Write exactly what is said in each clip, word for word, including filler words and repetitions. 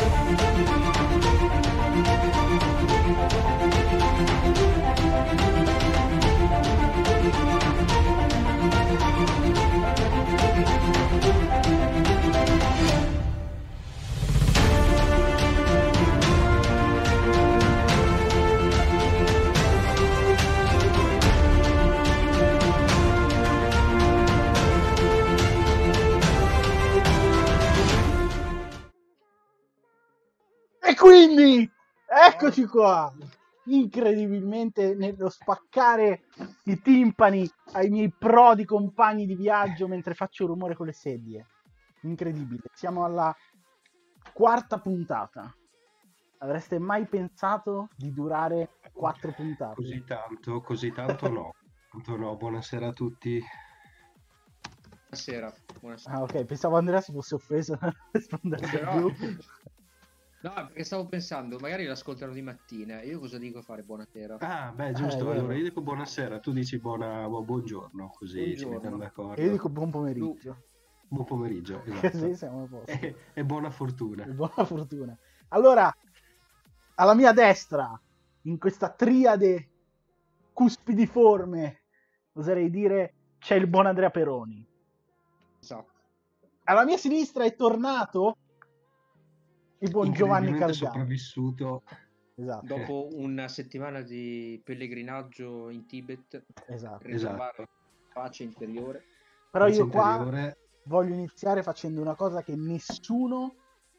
E quindi eccoci qua, incredibilmente nello spaccare i timpani ai miei prodi compagni di viaggio mentre faccio rumore con le sedie. Incredibile, siamo alla quarta puntata. Avreste mai pensato di durare quattro puntate? Così tanto, così tanto no. Tanto no. Buonasera a tutti. Buonasera. Buonasera. Ah, ok, pensavo Andrea si fosse offeso a rispondere Però... più. No, perché stavo pensando, magari l'ascoltano di mattina. Io cosa dico a fare buonasera? Ah, beh, giusto. Eh, allora io dico buonasera, tu dici buona, bu- buongiorno, così ci Buongiorno. mettiamo d'accordo. E io dico buon pomeriggio. Buon pomeriggio, Così esatto. siamo a posto. E, e buona fortuna. E buona fortuna. Allora, alla mia destra, in questa triade cuspidiforme, oserei dire, c'è il buon Andrea Peroni. Esatto. Alla mia sinistra è tornato il buon Giovanni Incredibilmente Calgano. sopravvissuto. Esatto. Dopo una settimana di pellegrinaggio in Tibet, Esatto. per ritrovare pace interiore. Però Pace io qua interiore. voglio iniziare facendo una cosa che nessuno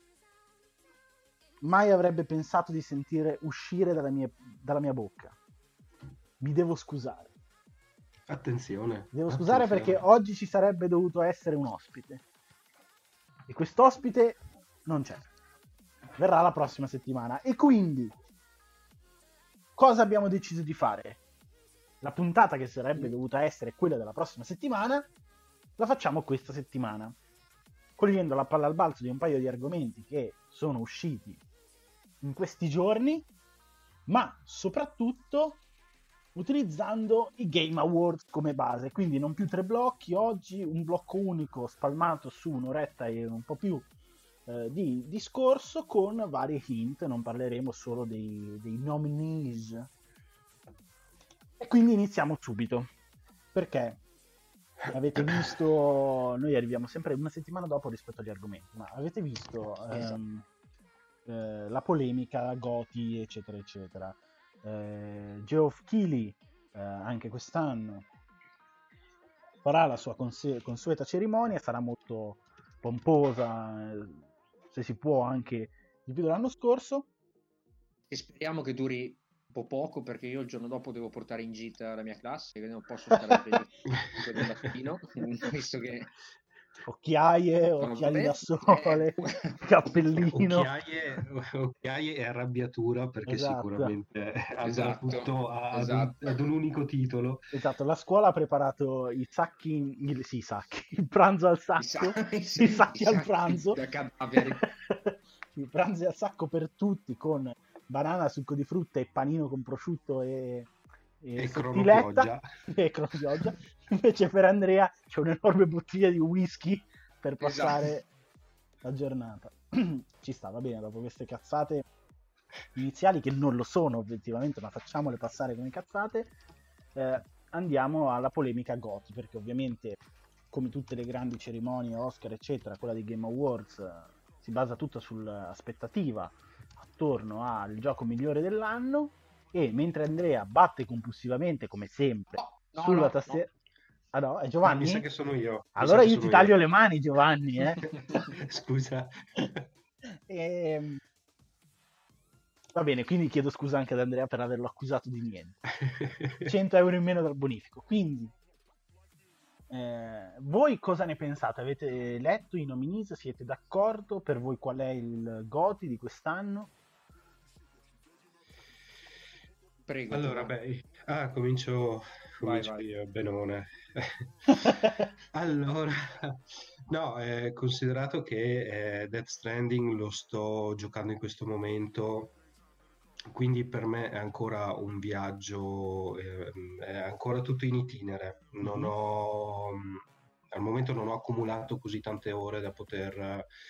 mai avrebbe pensato di sentire uscire dalla mia, dalla mia bocca. Mi devo scusare. Attenzione. Mi devo scusare attenzione. perché oggi ci sarebbe dovuto essere un ospite. E quest'ospite non c'è. Verrà la prossima settimana. E quindi, cosa abbiamo deciso di fare? La puntata che sarebbe dovuta essere quella della prossima settimana, la facciamo questa settimana, cogliendo la palla al balzo di un paio di argomenti che sono usciti in questi giorni, ma soprattutto utilizzando i Game Awards come base. Quindi non più tre blocchi, oggi un blocco unico spalmato su un'oretta e un po' più eh, di discorso con vari hint. Non parleremo solo dei, dei nominees. E quindi iniziamo subito, perché avete visto, noi arriviamo sempre una settimana dopo rispetto agli argomenti, ma avete visto ehm, eh, la polemica Goti eccetera eccetera. eh, Geoff Keighley eh, anche quest'anno farà la sua conse- consueta cerimonia, sarà molto pomposa, eh, se si può anche di più dell'anno scorso, E speriamo che duri un po' poco, perché io il giorno dopo devo portare in gita la mia classe, quindi non posso stare sveglio del mattino, visto che occhiaie, No, occhiali vabbè, da sole, eh, cappellino. Occhiaie, occhiaie e arrabbiatura, perché Esatto. sicuramente andrà Esatto, tutto a- ad, esatto. un, ad un unico titolo. Esatto, la scuola ha preparato i sacchi, il, sì, i sacchi, il pranzo al sacco, sa- i, i sacchi al sacchi pranzo, da cadaveri. il pranzo al sacco per tutti con banana, succo di frutta e panino con prosciutto e, e, E sottiletta cronopioggia. e cronopioggia. Invece per Andrea c'è un'enorme bottiglia di whisky per passare Esatto. la giornata. Ci sta, va bene, dopo queste cazzate iniziali, che non lo sono obiettivamente, ma facciamole passare come cazzate, eh, andiamo alla polemica Goti, perché ovviamente, come tutte le grandi cerimonie Oscar eccetera, quella dei Game Awards eh, si basa tutta sull'aspettativa attorno al gioco migliore dell'anno, e mentre Andrea batte compulsivamente come sempre No, no, sulla no, tastiera... no. Ah no, è Ah, Giovanni? mi sa che sono io. Mi Allora sa che io ti sono taglio io. le mani, Giovanni, eh. Scusa. E... Va bene, quindi chiedo scusa anche ad Andrea per averlo accusato di niente. cento euro in meno dal bonifico. Quindi, eh, voi cosa ne pensate? Avete letto i nominees? Siete d'accordo? Per voi qual è il Goti di quest'anno? Prego. Allora, Giovanni. beh, ah, comincio, Vai, comincio vai. io, benone. Allora, no, eh, considerato che eh, Death Stranding lo sto giocando in questo momento, quindi per me è ancora un viaggio, eh, è ancora tutto in itinere. Non Mhm. ho, mh, al momento non ho accumulato così tante ore da poter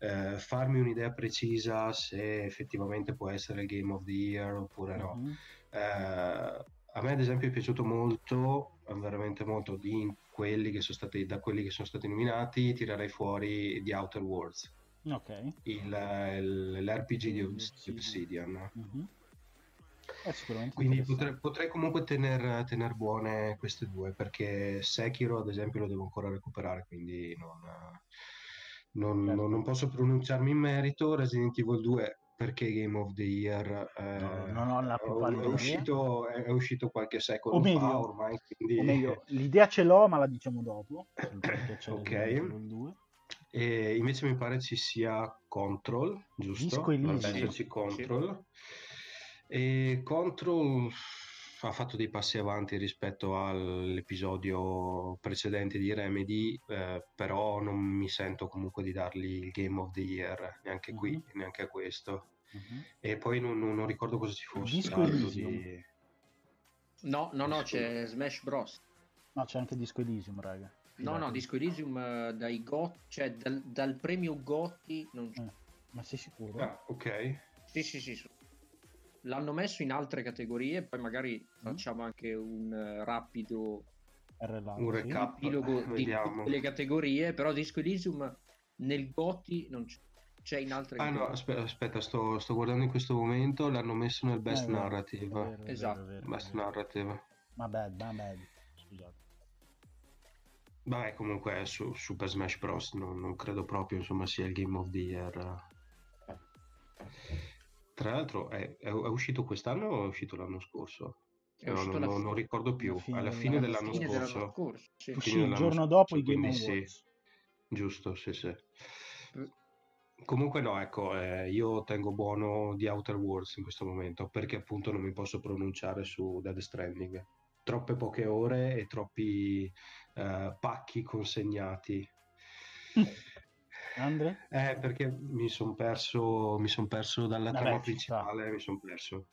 eh, farmi un'idea precisa se effettivamente può essere il Game of the Year oppure no. Mhm. Eh, a me ad esempio è piaciuto molto, veramente molto, di quelli che sono stati, da quelli che sono stati nominati tirerei fuori The Outer Worlds, Ok. il, il- l'R P G di Di Obs- Obsidian. Obsidian. Mhm. È sicuramente Quindi interessante. potrei, potrei comunque tener, tener buone queste due, perché Sekiro ad esempio lo devo ancora recuperare, quindi non, non- non- Certo. non posso pronunciarmi in merito. Resident Evil due perché Game of the Year No, eh, non ho la è, più pallida è idea. uscito, è uscito qualche O secolo fa meglio, ormai, o quindi meglio, l'idea ce l'ho, ma la diciamo dopo, sul perché c'è ok. Resident Evil due. E invece mi pare ci sia Control, Disco giusto? Dovrebbe Elysium. Sì, esserci sì. Control. E Control ha fatto dei passi avanti rispetto all'episodio precedente di Remedy, eh, però non mi sento comunque di dargli il Game of the Year, neanche qui, Mhm. neanche a questo. Mhm. E poi non, non- non ricordo cosa ci fosse Disco altro Elysium. di... No, no, no, Disco- c'è Smash Bros. No, c'è anche Disco Elysium, raga. No, no, Fidatevi. Disco Elysium eh, dai Got, cioè dal, dal premio Gotti non c'è. Eh, ma sei sicuro? Ah, ok. Sì, sì, sì, sì. L'hanno messo in altre categorie, poi magari Mm. facciamo anche un eh, rapido R L A, Un sì. recap, epilogo di vediamo. tutte le categorie, però Disco Elysium nel Gotti non c'è, c'è in altre Ah no, categorie. aspetta, aspetta, sto, sto guardando in questo momento, l'hanno messo nel Eh, Best è vero, è Narrative. vero, è vero, Esatto. è vero, è Best vero. Narrative. Ma bad, ma bad. Scusate. Vabbè, comunque su Super Smash Bros. Non, non credo proprio, insomma, sia il Game of the Year. Tra l'altro, è, è- è uscito quest'anno o è uscito l'anno scorso? È No, uscito non, alla non- fine, non ricordo più. Alla fine Alla dell'anno fine alla dell'anno fine dell'anno scorso. scorso, sì. Fine Sì, il dell'anno giorno dopo scorso, i Game quindi sì, Awards. giusto, sì, sì. Comunque no, ecco, eh, io tengo buono di Outer Worlds in questo momento perché appunto non mi posso pronunciare su Dead Stranding. Troppe poche ore e troppi eh, pacchi consegnati. Andre? Eh, perché mi sono perso, mi son perso dalla Vabbè, trama ci sta. principale, mi sono perso.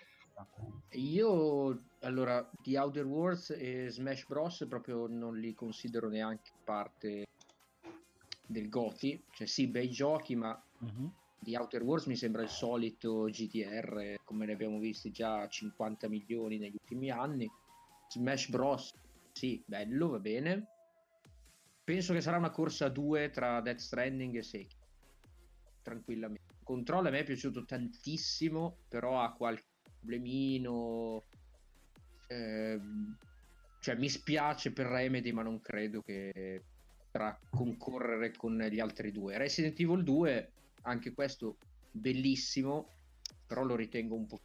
Io allora di Outer Worlds e Smash Bros. Proprio non li considero neanche parte del Gotti, cioè sì, bei giochi, ma Mhm. di Outer Worlds mi sembra il solito G T R, come ne abbiamo visti già cinquanta milioni negli ultimi anni. Smash Bros. Sì, bello, va bene. Penso che sarà una corsa a due tra Death Stranding e Sekiro, tranquillamente. Control a me è piaciuto tantissimo, però ha qualche problemino. Ehm, cioè mi spiace per Remedy, ma non credo che potrà concorrere con gli altri due. Resident Evil due, anche questo bellissimo, però lo ritengo un po',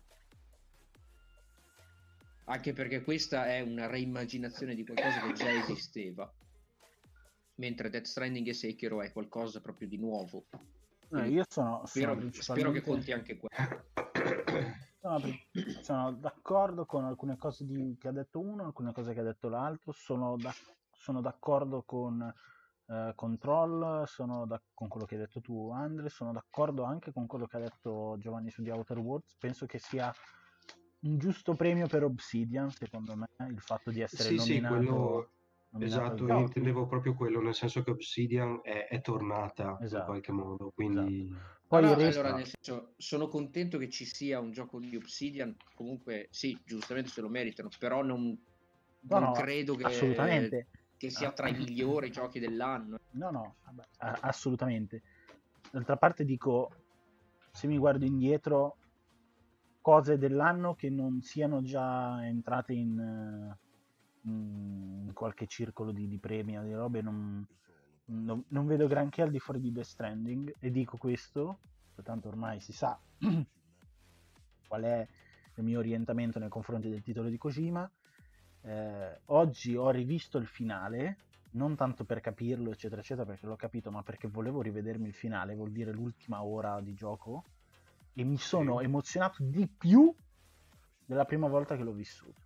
anche perché questa è una reimmaginazione di qualcosa che già esisteva, mentre Death Stranding e Sekiro è qualcosa proprio di nuovo. Eh, Quindi io sono, sono spero, spero che principalmente conti anche questo. sono, pri- sono d'accordo con alcune cose di- che ha detto uno, alcune cose che ha detto l'altro. Sono, da- sono d'accordo con eh, Control, sono da- con quello che hai detto tu, Andre. Sono d'accordo anche con quello che ha detto Giovanni su The Outer Worlds. Penso che sia un giusto premio per Obsidian, secondo me, il fatto di essere Sì, sì, nominato, quello nominato ai esatto, io Gotti. intendevo proprio quello, nel senso che Obsidian è, è tornata in qualche Esatto, modo, esatto. quindi No, Poi no, allora resta... nel senso, sono contento che ci sia un gioco di Obsidian, comunque sì, giustamente se lo meritano, però non, No, non no, credo che, assolutamente. che sia tra i migliori giochi dell'anno. No, no, vabbè, a- assolutamente. D'altra parte dico, se mi guardo indietro, cose dell'anno che non siano già entrate in, eh, in qualche circolo di, di premi o di robe, non, non- non vedo granché al di fuori di Death Stranding, e dico questo, tanto ormai si sa qual è il mio orientamento nei confronti del titolo di Kojima. Eh, oggi ho rivisto il finale, non tanto per capirlo, eccetera, eccetera, perché l'ho capito, ma perché volevo rivedermi il finale, vuol dire l'ultima ora di gioco, e mi sono sì. emozionato di più della prima volta che l'ho vissuto.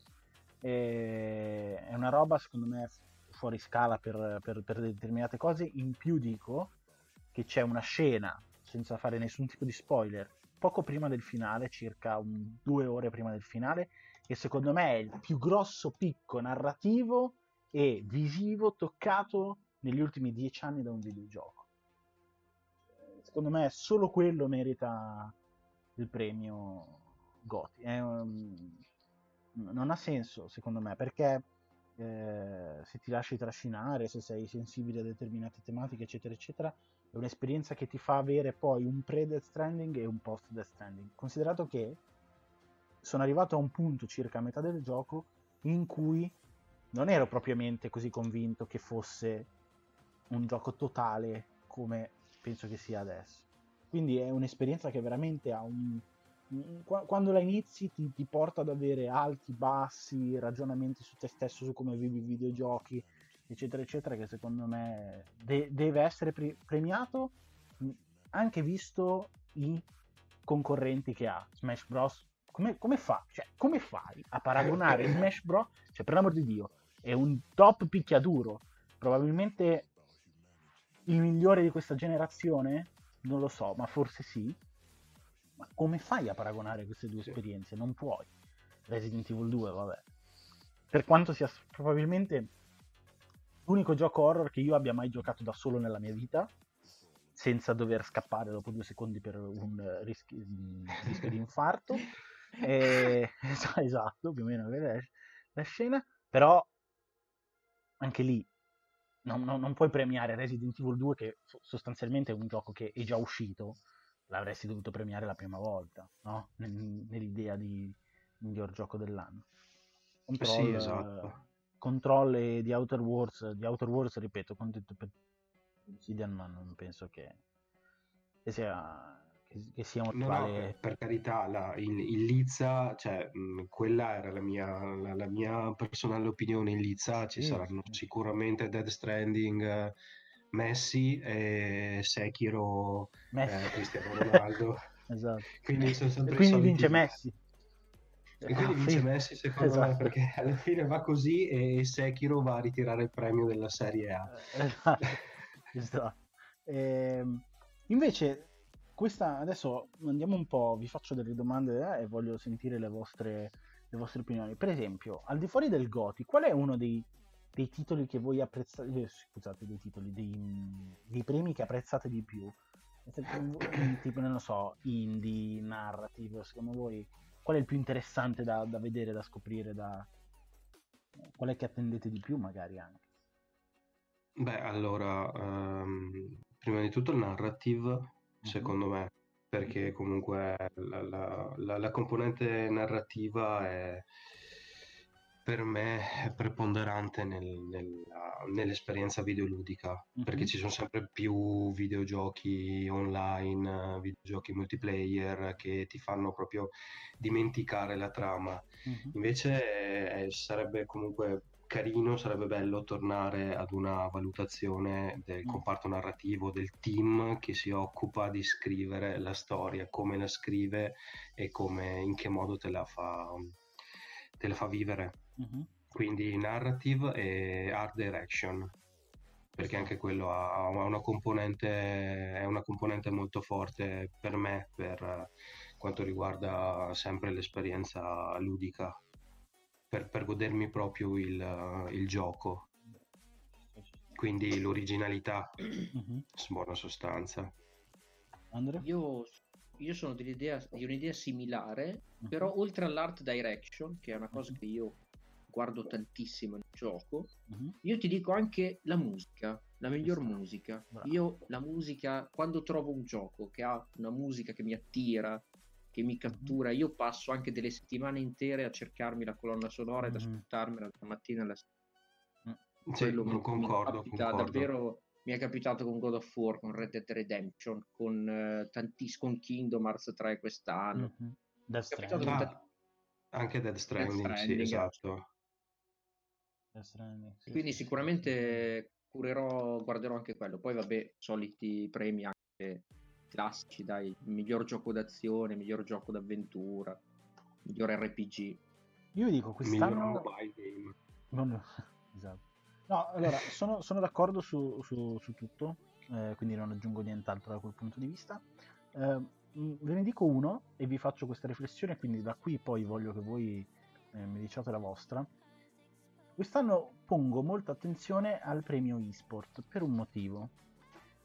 E è una roba, secondo me, fuori scala per, per, per determinate cose. In più dico che c'è una scena, senza fare nessun tipo di spoiler, poco prima del finale, circa un, due ore prima del finale, che secondo me è il più grosso picco narrativo e visivo toccato negli ultimi dieci anni da un videogioco. secondo me solo quello merita il premio Goti. È un- non ha senso secondo me, perché eh, se ti lasci trascinare, se sei sensibile a determinate tematiche, eccetera, eccetera, è un'esperienza che ti fa avere poi un pre-Death Stranding e un post-Death Stranding. Considerato che sono arrivato a un punto circa a metà del gioco in cui non ero propriamente così convinto che fosse un gioco totale come penso che sia adesso. Quindi è un'esperienza che veramente ha un... Quando la inizi ti, ti porta ad avere alti, bassi, ragionamenti su te stesso, su come vivi i videogiochi, eccetera, eccetera, che secondo me de- deve essere pre- premiato, anche visto i concorrenti che ha. Smash Bros. Come, come fa? Cioè, come fai a paragonare Smash Bros? Cioè, per l'amor di Dio, è un top picchiaduro, probabilmente il migliore di questa generazione? Non lo so, ma forse sì. Ma come fai a paragonare queste due Sì. esperienze? Non puoi. Resident Evil due, vabbè. Per quanto sia probabilmente l'unico gioco horror che io abbia mai giocato da solo nella mia vita, senza dover scappare dopo due secondi per un eh, rischi- un rischio di infarto. E... esatto, più o meno quella è la scena. Però anche lì non, non- non puoi premiare Resident Evil due, che so- sostanzialmente è un gioco che è già uscito. L'avresti dovuto premiare la prima volta, no? Nel- Nell'idea di miglior gioco dell'anno. Sì, Control, esatto. eh, Control e di Outer Worlds, di Outer Worlds, ripeto, contento per Obsidian, ma non penso che, che sia, che, che sia un No, no, per, rivale. per carità, la, il, il Lizza, cioè, mh, quella era la mia, la, la mia personale opinione. In Lizza ci Sì, saranno sì. sicuramente Dead Stranding, eh, Messi e Sekiro, Messi. eh, Cristiano Ronaldo. Esatto. Quindi sono E sempre i quindi soliti vince due. Messi. E Alla quindi vince fine. Messi secondo me, Esatto. perché alla fine va così e Sekiro va a ritirare il premio della Serie A. Eh, Esatto. Esatto. Ehm, invece, questa adesso andiamo un po', vi faccio delle domande eh, e voglio sentire le vostre, le vostre opinioni. Per esempio, al di fuori del Goti, qual è uno dei, dei titoli che voi apprezzate, eh, scusate, dei titoli, dei, dei premi che apprezzate di più? Tipo, non lo so, indie, narrative, secondo voi qual è il più interessante da, da vedere, da scoprire, da... qual è che attendete di più magari anche? Beh, allora, ehm, prima di tutto il narrative, Mhm. secondo me, perché comunque la, la- la- la componente narrativa è per me è preponderante nel- nella- nell'esperienza videoludica, perché Mhm. ci sono sempre più videogiochi online, eh, videogiochi multiplayer che ti fanno proprio dimenticare la trama. Mhm. Invece eh, sarebbe comunque carino, sarebbe bello tornare ad una valutazione del Mm. comparto narrativo, del team che si occupa di scrivere la storia, come la scrive e come, in che modo te la fa, te la fa vivere. Mhm. Quindi narrative e art direction, perché anche quello ha ha una componente, è una componente molto forte per me per eh, quanto riguarda sempre l'esperienza ludica, per, per godermi proprio il, eh, il gioco, quindi l'originalità, Mhm. in buona sostanza. Andre? Io, io sono dell'idea, di un'idea similare, Mhm. però oltre all'art direction, che è una cosa Mhm. che io guardo tantissimo nel gioco, Mhm. io ti dico anche la musica, la miglior Sì. musica. Bravo. Io la musica, quando trovo un gioco che ha una musica che mi attira, che mi cattura, io passo anche delle settimane intere a cercarmi la colonna sonora ed Mhm. ascoltarmela dalla mattina alla sera. Mm. Sì, Quello mi, mi concordo, capita concordo. davvero, mi è capitato con God of War, con Red Dead Redemption, con eh, tantis- con Kingdom Hearts tre quest'anno. Mhm. Mi Death è capitato Stranding. con Ah, anche Dead Death Stranding, sì, Stranding, eh. esatto. Death Stranding. Sì, Quindi sì, sì. sicuramente curerò, guarderò anche quello. Poi vabbè, soliti premi anche classici, dai, miglior gioco d'azione, miglior gioco d'avventura, miglior R P G. Io vi dico, Miglior quest'anno... mobile game. non- Esatto. No, allora, sono, sono d'accordo su, su- su tutto, eh, quindi non aggiungo nient'altro da quel punto di vista. Eh, mh, ve ne dico uno e vi faccio questa riflessione, quindi da qui poi voglio che voi eh, mi diciate la vostra. Quest'anno pongo molta attenzione al premio eSport per un motivo.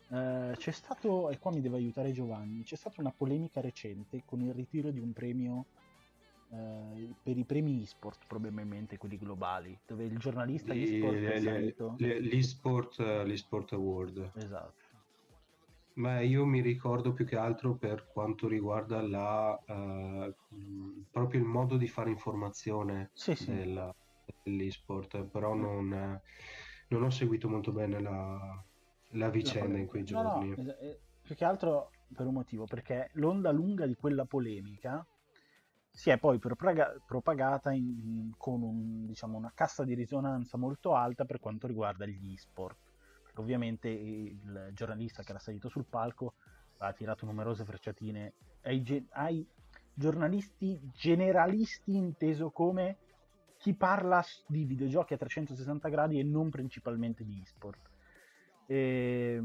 Eh, c'è stato, e qua mi deve aiutare Giovanni, c'è stata una polemica recente con il ritiro di un premio eh, per i premi eSport, probabilmente quelli globali, dove il giornalista Di- eSport è le- le- salito. le- l'eSport, l'eSport Award. Esatto. Ma io mi ricordo più che altro per quanto riguarda la, eh, mh, proprio il modo di fare informazione Sì, sì. della- dell'esport, però non, eh, non ho seguito molto bene la, la vicenda in quei No, no, giorni. es- eh, più che altro per un motivo, perché l'onda lunga di quella polemica si è poi propaga- propagata in- con un- diciamo, una cassa di risonanza molto alta per quanto riguarda gli e-sport. Perché ovviamente il giornalista che era salito sul palco ha tirato numerose frecciatine ai, ge- ai giornalisti generalisti, inteso come chi parla s- di videogiochi a trecentosessanta gradi e non principalmente di e-sport. E,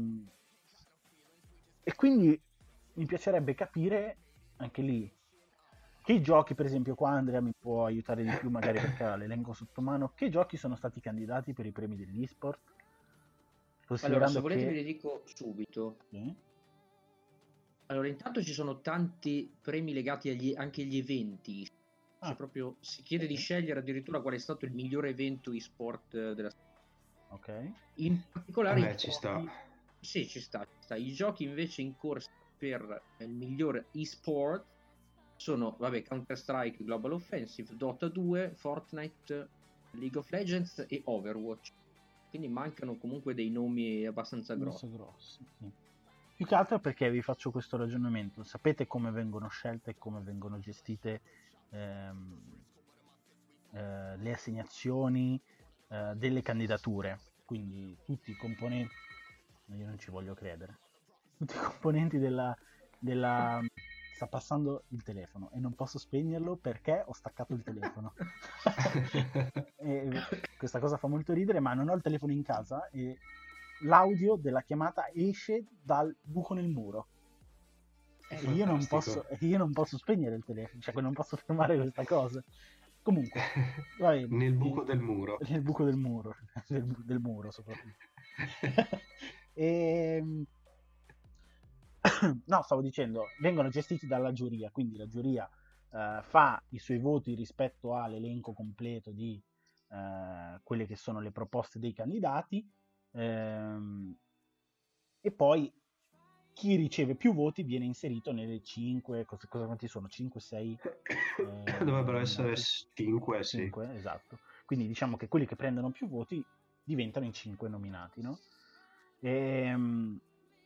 e quindi mi piacerebbe capire anche lì che giochi, per esempio, qua Andrea mi può aiutare di più, magari perché ha l'elenco sotto mano, che giochi sono stati candidati per i premi dell'e-sport? Allora, se Considerando volete che... ve le dico subito. Sì? Allora, intanto ci sono tanti premi legati agli, anche agli eventi. Cioè, Ah, proprio si chiede di ok. scegliere addirittura qual è stato il migliore evento e-sport eh, della storia. Ok. In particolare, Vabbè, i ci giochi... sta. Sì, ci sta, ci sta. I giochi invece in corsa per il migliore e-sport sono, vabbè, Counter-Strike Global Offensive, Dota due, Fortnite, League of Legends e Overwatch. Quindi mancano comunque dei nomi abbastanza grossi. Molto grossi, sì. Più che altro perché vi faccio questo ragionamento. Sapete come vengono scelte e come vengono gestite ehm, eh, le assegnazioni eh, delle candidature. Quindi tutti i componenti, io non ci voglio credere, tutti i componenti della, della... Sta passando il telefono e non posso spegnerlo perché ho staccato il telefono. E questa cosa fa molto ridere, ma non ho il telefono in casa e l'audio della chiamata esce dal buco nel muro. È E io non fantastico. posso, e io non posso spegnere il telefono, cioè non posso fermare questa cosa. Comunque, va bene, Nel buco eh, del muro. nel buco del muro, del, del muro soprattutto. E, no, stavo dicendo, vengono gestiti dalla giuria, quindi la giuria eh, fa i suoi voti rispetto all'elenco completo di eh, quelle che sono le proposte dei candidati ehm, e poi chi riceve più voti viene inserito nelle cinque, cosa, cosa quanti sono? cinque sei eh, Dovrebbero essere nominati? cinque, sì. cinque, esatto. Quindi diciamo che quelli che prendono più voti diventano i cinque nominati, no? Ehm,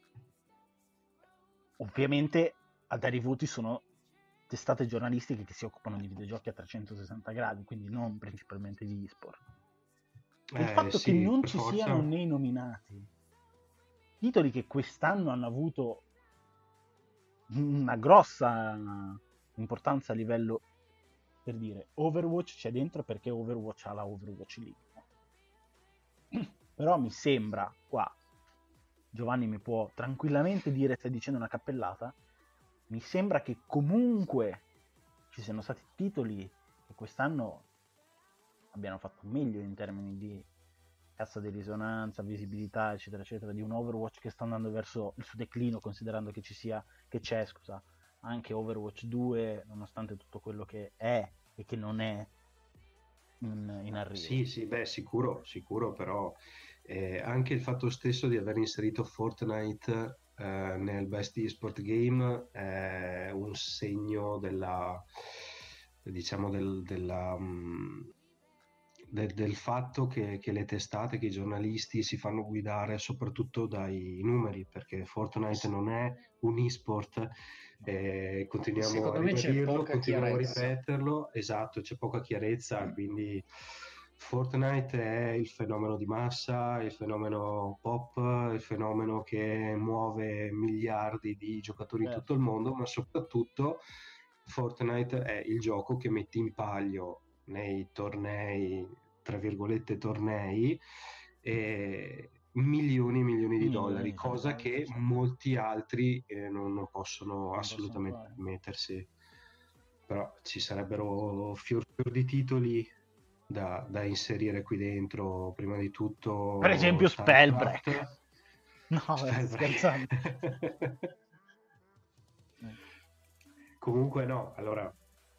ovviamente a dare i voti sono testate giornalistiche che si occupano di videogiochi a trecentosessanta gradi, quindi non principalmente di e-sport. E il Eh, fatto che sì, non per ci siano forza. nei nominati titoli che quest'anno hanno avuto una grossa importanza a livello, per dire, Overwatch c'è dentro perché Overwatch ha la Overwatch League. Però mi sembra, qua Giovanni mi può tranquillamente dire stai dicendo una cappellata, mi sembra che comunque ci siano stati titoli che quest'anno abbiano fatto meglio in termini di cassa di risonanza, visibilità, eccetera, eccetera, di un Overwatch che sta andando verso il suo declino, considerando che ci sia, che c'è, scusa, anche Overwatch due, nonostante tutto quello che è e che non è in, in arrivo. Sì, sì, beh, sicuro, sicuro, però eh, anche il fatto stesso di aver inserito Fortnite eh, nel Best eSport Game è un segno della, diciamo, del, della, mh, del, del fatto che, che le testate, che i giornalisti si fanno guidare soprattutto dai numeri, perché Fortnite non è un eSport, eh, continuiamo a Secondo me c'è ribadirlo, poca continuiamo a chiarezza. ripeterlo, esatto, c'è poca chiarezza, Mm. quindi Fortnite è il fenomeno di massa, il fenomeno pop, il fenomeno che muove miliardi di giocatori in tutto il Certo. mondo, ma soprattutto Fortnite è il gioco che mette in palio nei tornei, tra virgolette tornei, e milioni e milioni di dollari, Milioni, cosa certo. che molti altri eh, non, non possono Non possono assolutamente fare. permettersi. Però ci sarebbero fior fior di titoli da, da inserire qui dentro, prima di tutto Per esempio StarCraft. Spellbreak. No, Stai scherzando. Comunque no, allora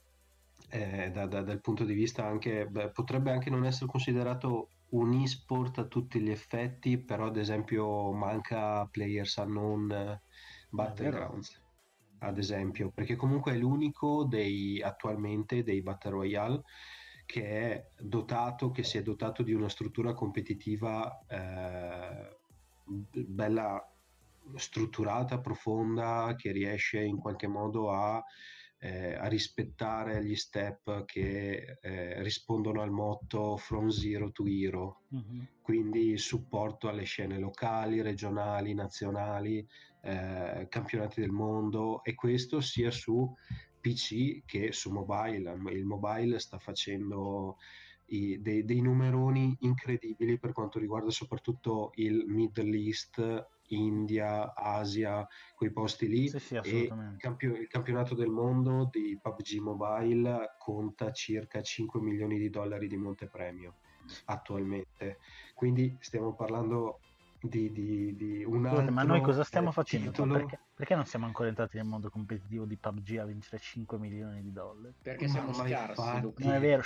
eh, da, da, dal punto di vista anche, beh, potrebbe anche non essere considerato un e-sport a tutti gli effetti, però ad esempio manca Players Unknown Battlegrounds, ad esempio, perché comunque è l'unico dei attualmente dei Battle Royale che è dotato, che si è dotato di una struttura competitiva eh, bella strutturata, profonda, che riesce in qualche modo a, eh, a rispettare gli step che eh, rispondono al motto From Zero to Hero. Mm-hmm. Quindi supporto alle scene locali, regionali, nazionali, eh, campionati del mondo, e questo sia su P C che su mobile. Il mobile sta facendo i, dei, dei numeroni incredibili per quanto riguarda soprattutto il Middle East, India, Asia, quei posti lì. Sì, sì, e il, campio- il campionato del mondo di P U B G Mobile conta circa cinque milioni di dollari di montepremio attualmente, quindi stiamo parlando di, di, di un altro ma noi cosa stiamo facendo? titolo. Perché, perché non siamo ancora entrati nel mondo competitivo di P U B G a vincere cinque milioni di dollari? Perché siamo ma scarsi, infatti... non è vero.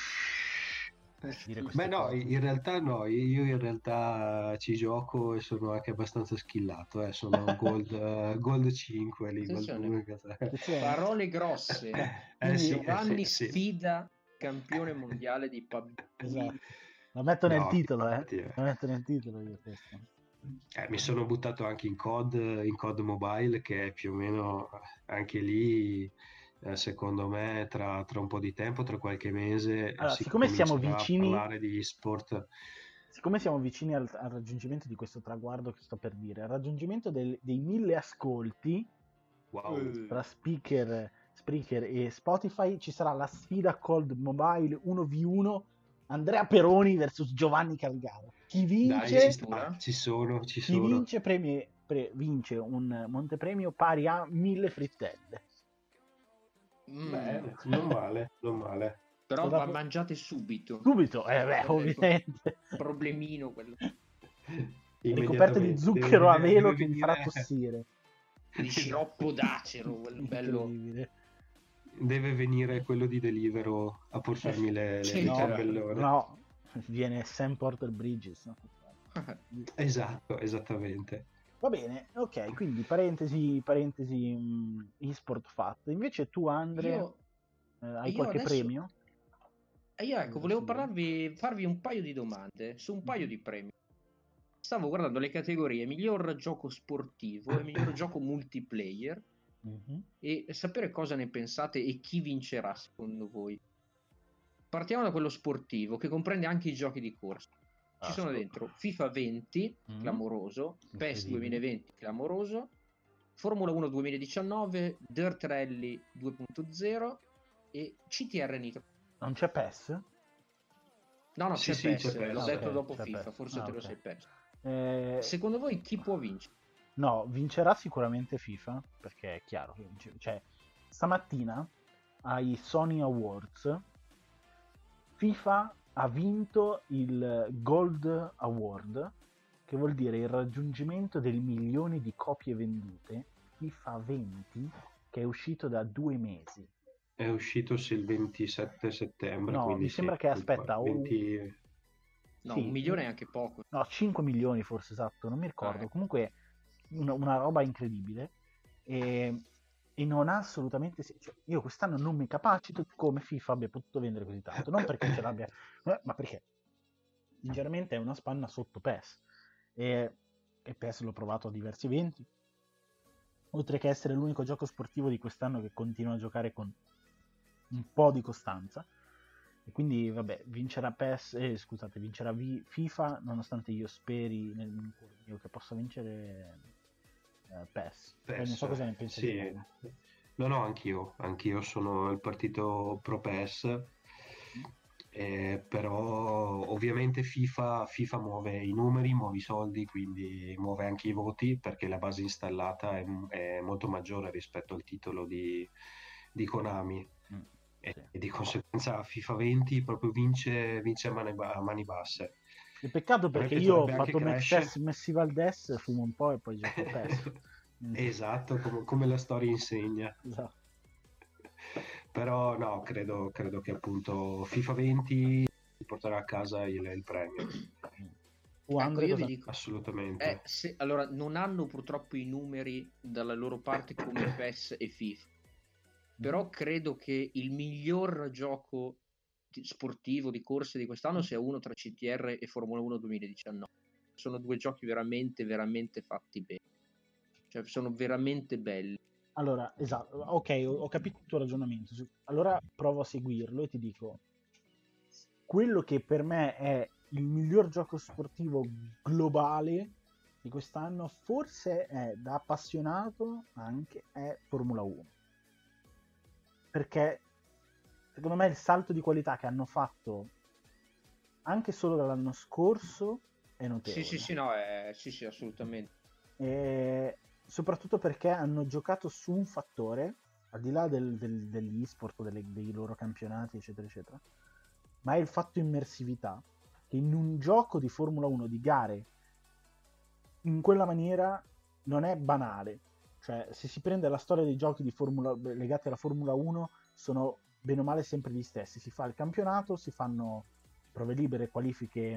Dire Beh no, cose. in realtà no, io in realtà ci gioco e sono anche abbastanza skillato, eh. Sono gold, uh, gold cinque lì, gold parole grosse. eh, sì, Giovanni eh, sì, sfida campione mondiale di P U B G. Esatto. Lo metto nel no, titolo, eh. infatti, eh. Lo metto nel titolo io questo. Eh, mi sono buttato anche in C O D, in C O D Mobile, che è più o meno anche lì, eh, secondo me, tra, tra un po' di tempo, tra qualche mese, allora, si siccome siamo vicini, a parlare di sport. Siccome siamo vicini al, al raggiungimento di questo traguardo che sto per dire, al raggiungimento del, dei mille ascolti, wow. tra speaker, Spreaker e Spotify, ci sarà la sfida Cold Mobile uno vu uno Andrea Peroni versus Giovanni Calgaro. Chi vince, Dai, ci, sta, ci sono, ci chi sono. vince, premi, pre, vince un montepremio pari a mille frittelle. Mm. Bene, non male, non male. Però va mangiate subito. Subito, eh beh, ovviamente. Problemino quello. Ricoperte di zucchero a velo che vi farà tossire. Di sciroppo d'acero, quello bello. Deve venire quello di Deliveroo a portarmi le, le, no, le ciambellone. No, viene Sam Porter Bridges. No? Esatto, esattamente. Va bene, ok, quindi parentesi, parentesi mh, e-sport fatto. Invece tu, Andre, io, eh, hai io qualche adesso... premio? Io ecco, volevo parlarvi, farvi un paio di domande su un paio mm-hmm. di premi. Stavo guardando le categorie miglior gioco sportivo e miglior gioco multiplayer mm-hmm. e sapere cosa ne pensate e chi vincerà secondo voi. Partiamo da quello sportivo, che comprende anche i giochi di corsa. Ci ah, sono sto... dentro FIFA venti, mm-hmm. clamoroso, P E S duemilaventi, clamoroso, Formula uno duemiladiciannove, Dirt Rally due punto zero e C T R Nitro. Non c'è P E S? No, no, sì, c'è, sì, P E S, c'è P E S, l'ho okay, detto dopo FIFA, P E S. forse ah, te okay. lo sei perso. Eh... Secondo voi chi può vincere? No, vincerà sicuramente FIFA, perché è chiaro. Cioè, stamattina ai Sony Awards FIFA ha vinto il Gold Award, che vuol dire il raggiungimento del milione di copie vendute. FIFA venti, che è uscito da due mesi. È uscito sì, il ventisette settembre. No, quindi mi sembra sì, che aspetta venti... oh... no, sì, un milione è anche poco. No, cinque milioni forse, esatto, non mi ricordo. Ah, ecco. Comunque una, una roba incredibile e, e non ha assolutamente senso. Cioè, io quest'anno non mi capacito come FIFA abbia potuto vendere così tanto, non perché ce l'abbia, ma perché sinceramente è una spanna sotto P E S e, e P E S l'ho provato a diversi eventi, oltre che essere l'unico gioco sportivo di quest'anno che continua a giocare con un po' di costanza. E quindi vabbè, vincerà P E S, eh, scusate, vincerà v- FIFA, nonostante io speri nel cuore mio che possa vincere eh, P E S. P E S. Eh, non so cosa ne pensi. Sì. No, no, anch'io, anch'io sono il partito pro P E S, eh, però ovviamente FIFA, FIFA muove i numeri, muove i soldi, quindi muove anche i voti, perché la base installata è, è molto maggiore rispetto al titolo di, di Konami. Mm. E di conseguenza FIFA venti proprio vince, vince a mani, a mani basse. Il peccato A me perché io ho piacerebbe anche fatto Max Crash. Test, Messi Valdez, fumo un po' e poi gioco a PES. Mm. Esatto, come, come la storia insegna. Esatto. Però no, credo, credo che appunto FIFA venti porterà a casa il, il premio. Uh, Ecco, Andre, io cosa- vi dico, Assolutamente. eh, se- allora non hanno purtroppo i numeri dalla loro parte come PES e FIFA, però credo che il miglior gioco di- sportivo di corse di quest'anno sia uno tra C T R e Formula uno duemiladiciannove. Sono due giochi veramente, veramente fatti bene, cioè sono veramente belli. Allora, esatto, ok, ho, ho capito il tuo ragionamento. Allora provo a seguirlo e ti dico, quello che per me è il miglior gioco sportivo globale di quest'anno, forse è da appassionato anche, è Formula uno. Perché secondo me il salto di qualità che hanno fatto anche solo dall'anno scorso è notevole. Sì, sì, sì, no, è, sì, sì, assolutamente. E soprattutto perché hanno giocato su un fattore, al di là del, del, degli e-sport, delle, dei loro campionati, eccetera, eccetera, ma è il fatto immersività, che in un gioco di Formula uno, di gare, in quella maniera non è banale. Cioè, se si prende la storia dei giochi di Formula, legati alla Formula uno, sono bene o male sempre gli stessi. Si fa il campionato, si fanno prove libere, qualifiche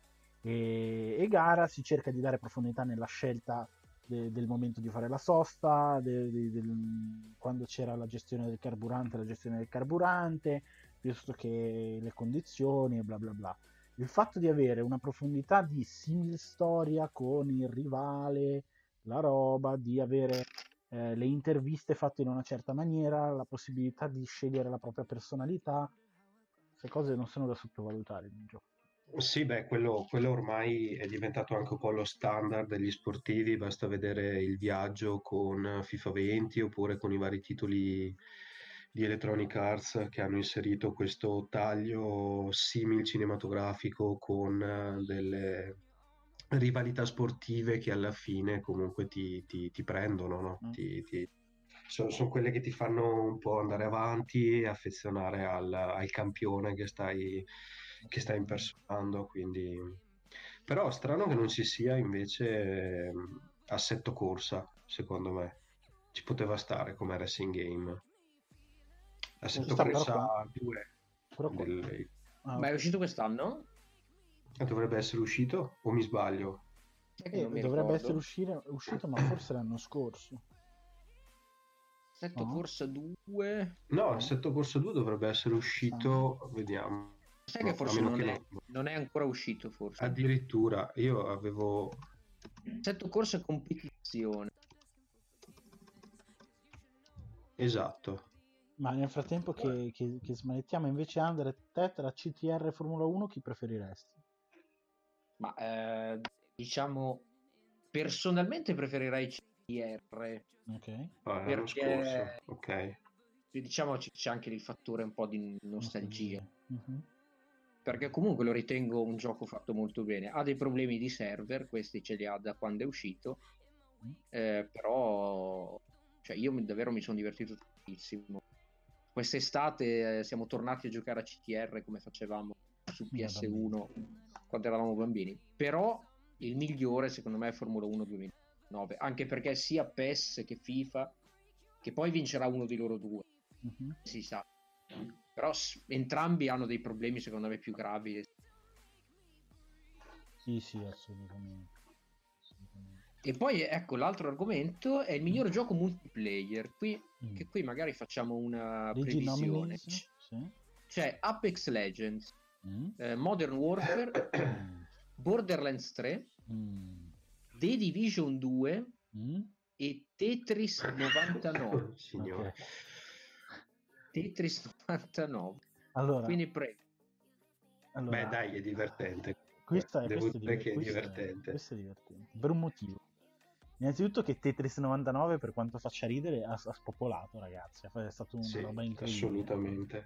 e, e gara, si cerca di dare profondità nella scelta de, del momento di fare la sosta, de, de, del, quando c'era la gestione del carburante, la gestione del carburante, piuttosto che le condizioni e bla bla bla. Il fatto di avere una profondità di simil storia con il rivale, la roba, di avere eh, le interviste fatte in una certa maniera, la possibilità di scegliere la propria personalità, queste cose non sono da sottovalutare in un gioco. Sì, beh, quello, quello ormai è diventato anche un po' lo standard degli sportivi, basta vedere il viaggio con FIFA venti oppure con i vari titoli di Electronic Arts che hanno inserito questo taglio simil cinematografico con eh, delle rivalità sportive che alla fine comunque ti, ti- ti prendono, no? Mm. Ti- ti- sono, sono quelle che ti fanno un po' andare avanti e affezionare al, al campione che stai, che stai impersonando. Quindi... Però strano che non ci sia invece ehm, assetto corsa, secondo me. Ci poteva stare come racing game. Assetto Sta però qua. corsa due Però qua. del- Ah, Ma è ok. uscito quest'anno? dovrebbe essere uscito o mi sbaglio? Sai che Eh, non mi dovrebbe ricordo. essere uscire- uscito, ma forse l'anno scorso. Assetto No? Corsa due. No, No? Assetto Corsa due dovrebbe essere uscito, vediamo, Sai che a forse meno non che è, non... non è ancora uscito, forse. Addirittura io avevo... Assetto Corsa competizione. Esatto. Ma nel frattempo che, che, che smanettiamo invece Under e te tra C T R e Formula uno, chi preferiresti? Ma eh, diciamo, personalmente preferirei C T R Ok. Ah, l'anno scorso, perché ok. diciamo c- c'è anche il fattore un po' di nostalgia. Mhm. Perché comunque lo ritengo un gioco fatto molto bene. Ha dei problemi di server, questi ce li ha da quando è uscito, eh, però cioè, io mi- davvero mi sono divertito tantissimo. Quest'estate eh, siamo tornati a giocare a C T R come facevamo su Da P S uno quando eravamo bambini. Però il migliore secondo me è Formula uno duemilanove, anche perché sia PES che FIFA, che poi vincerà uno di loro due, Mhm. si sa. Però s- entrambi hanno dei problemi secondo me più gravi. Sì, sì, assolutamente. assolutamente. E poi ecco l'altro argomento è il miglior gioco multiplayer. Qui, Mm. che qui magari facciamo una Leggi i previsione. nominees? Sì. C'è Apex Legends, Mm. eh, Modern Warfare, Mm. Borderlands tre, Mm. The Division due Mm. e Tetris novantanove. Signore. Ok. Tetris novantanove. Allora, Quindi prego. allora, Beh, dai, è divertente. Questa, è, Devo questo, è dire diver- che è questo è- divertente. questo è divertente per un motivo. Innanzitutto che Tetris novantanove, per quanto faccia ridere, ha, ha spopolato, ragazzi. È stato una Sì, roba incredibile. assolutamente.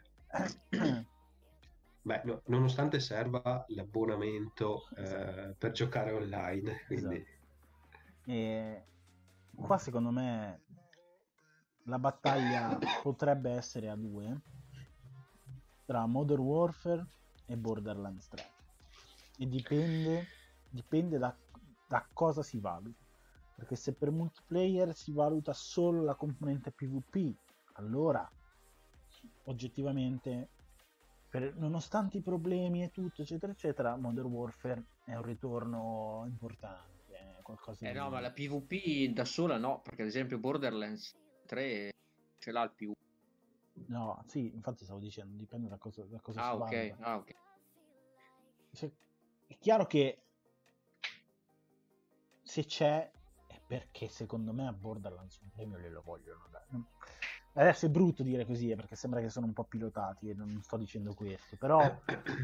Beh, no- nonostante serva l'abbonamento eh, per giocare online, quindi Esatto. E qua secondo me la battaglia potrebbe essere a due tra Modern Warfare e Borderlands tre. e dipende, dipende da, da cosa si valuta. Perché se per multiplayer si valuta solo la componente PvP, allora oggettivamente, per, nonostante i problemi e tutto, eccetera, eccetera, Modern Warfare è un ritorno importante, è qualcosa Eh di... no, ma la PvP da sola no, perché ad esempio Borderlands tre ce l'ha il PvP. No, sì, infatti stavo dicendo, dipende da cosa, da cosa Ah, si ok, valuta. ah, ok. Se- è chiaro che se c'è è perché secondo me a Borderlands un premio glielo vogliono dare. Non- Adesso è brutto dire così, eh, perché sembra che sono un po' pilotati e non sto dicendo questo, però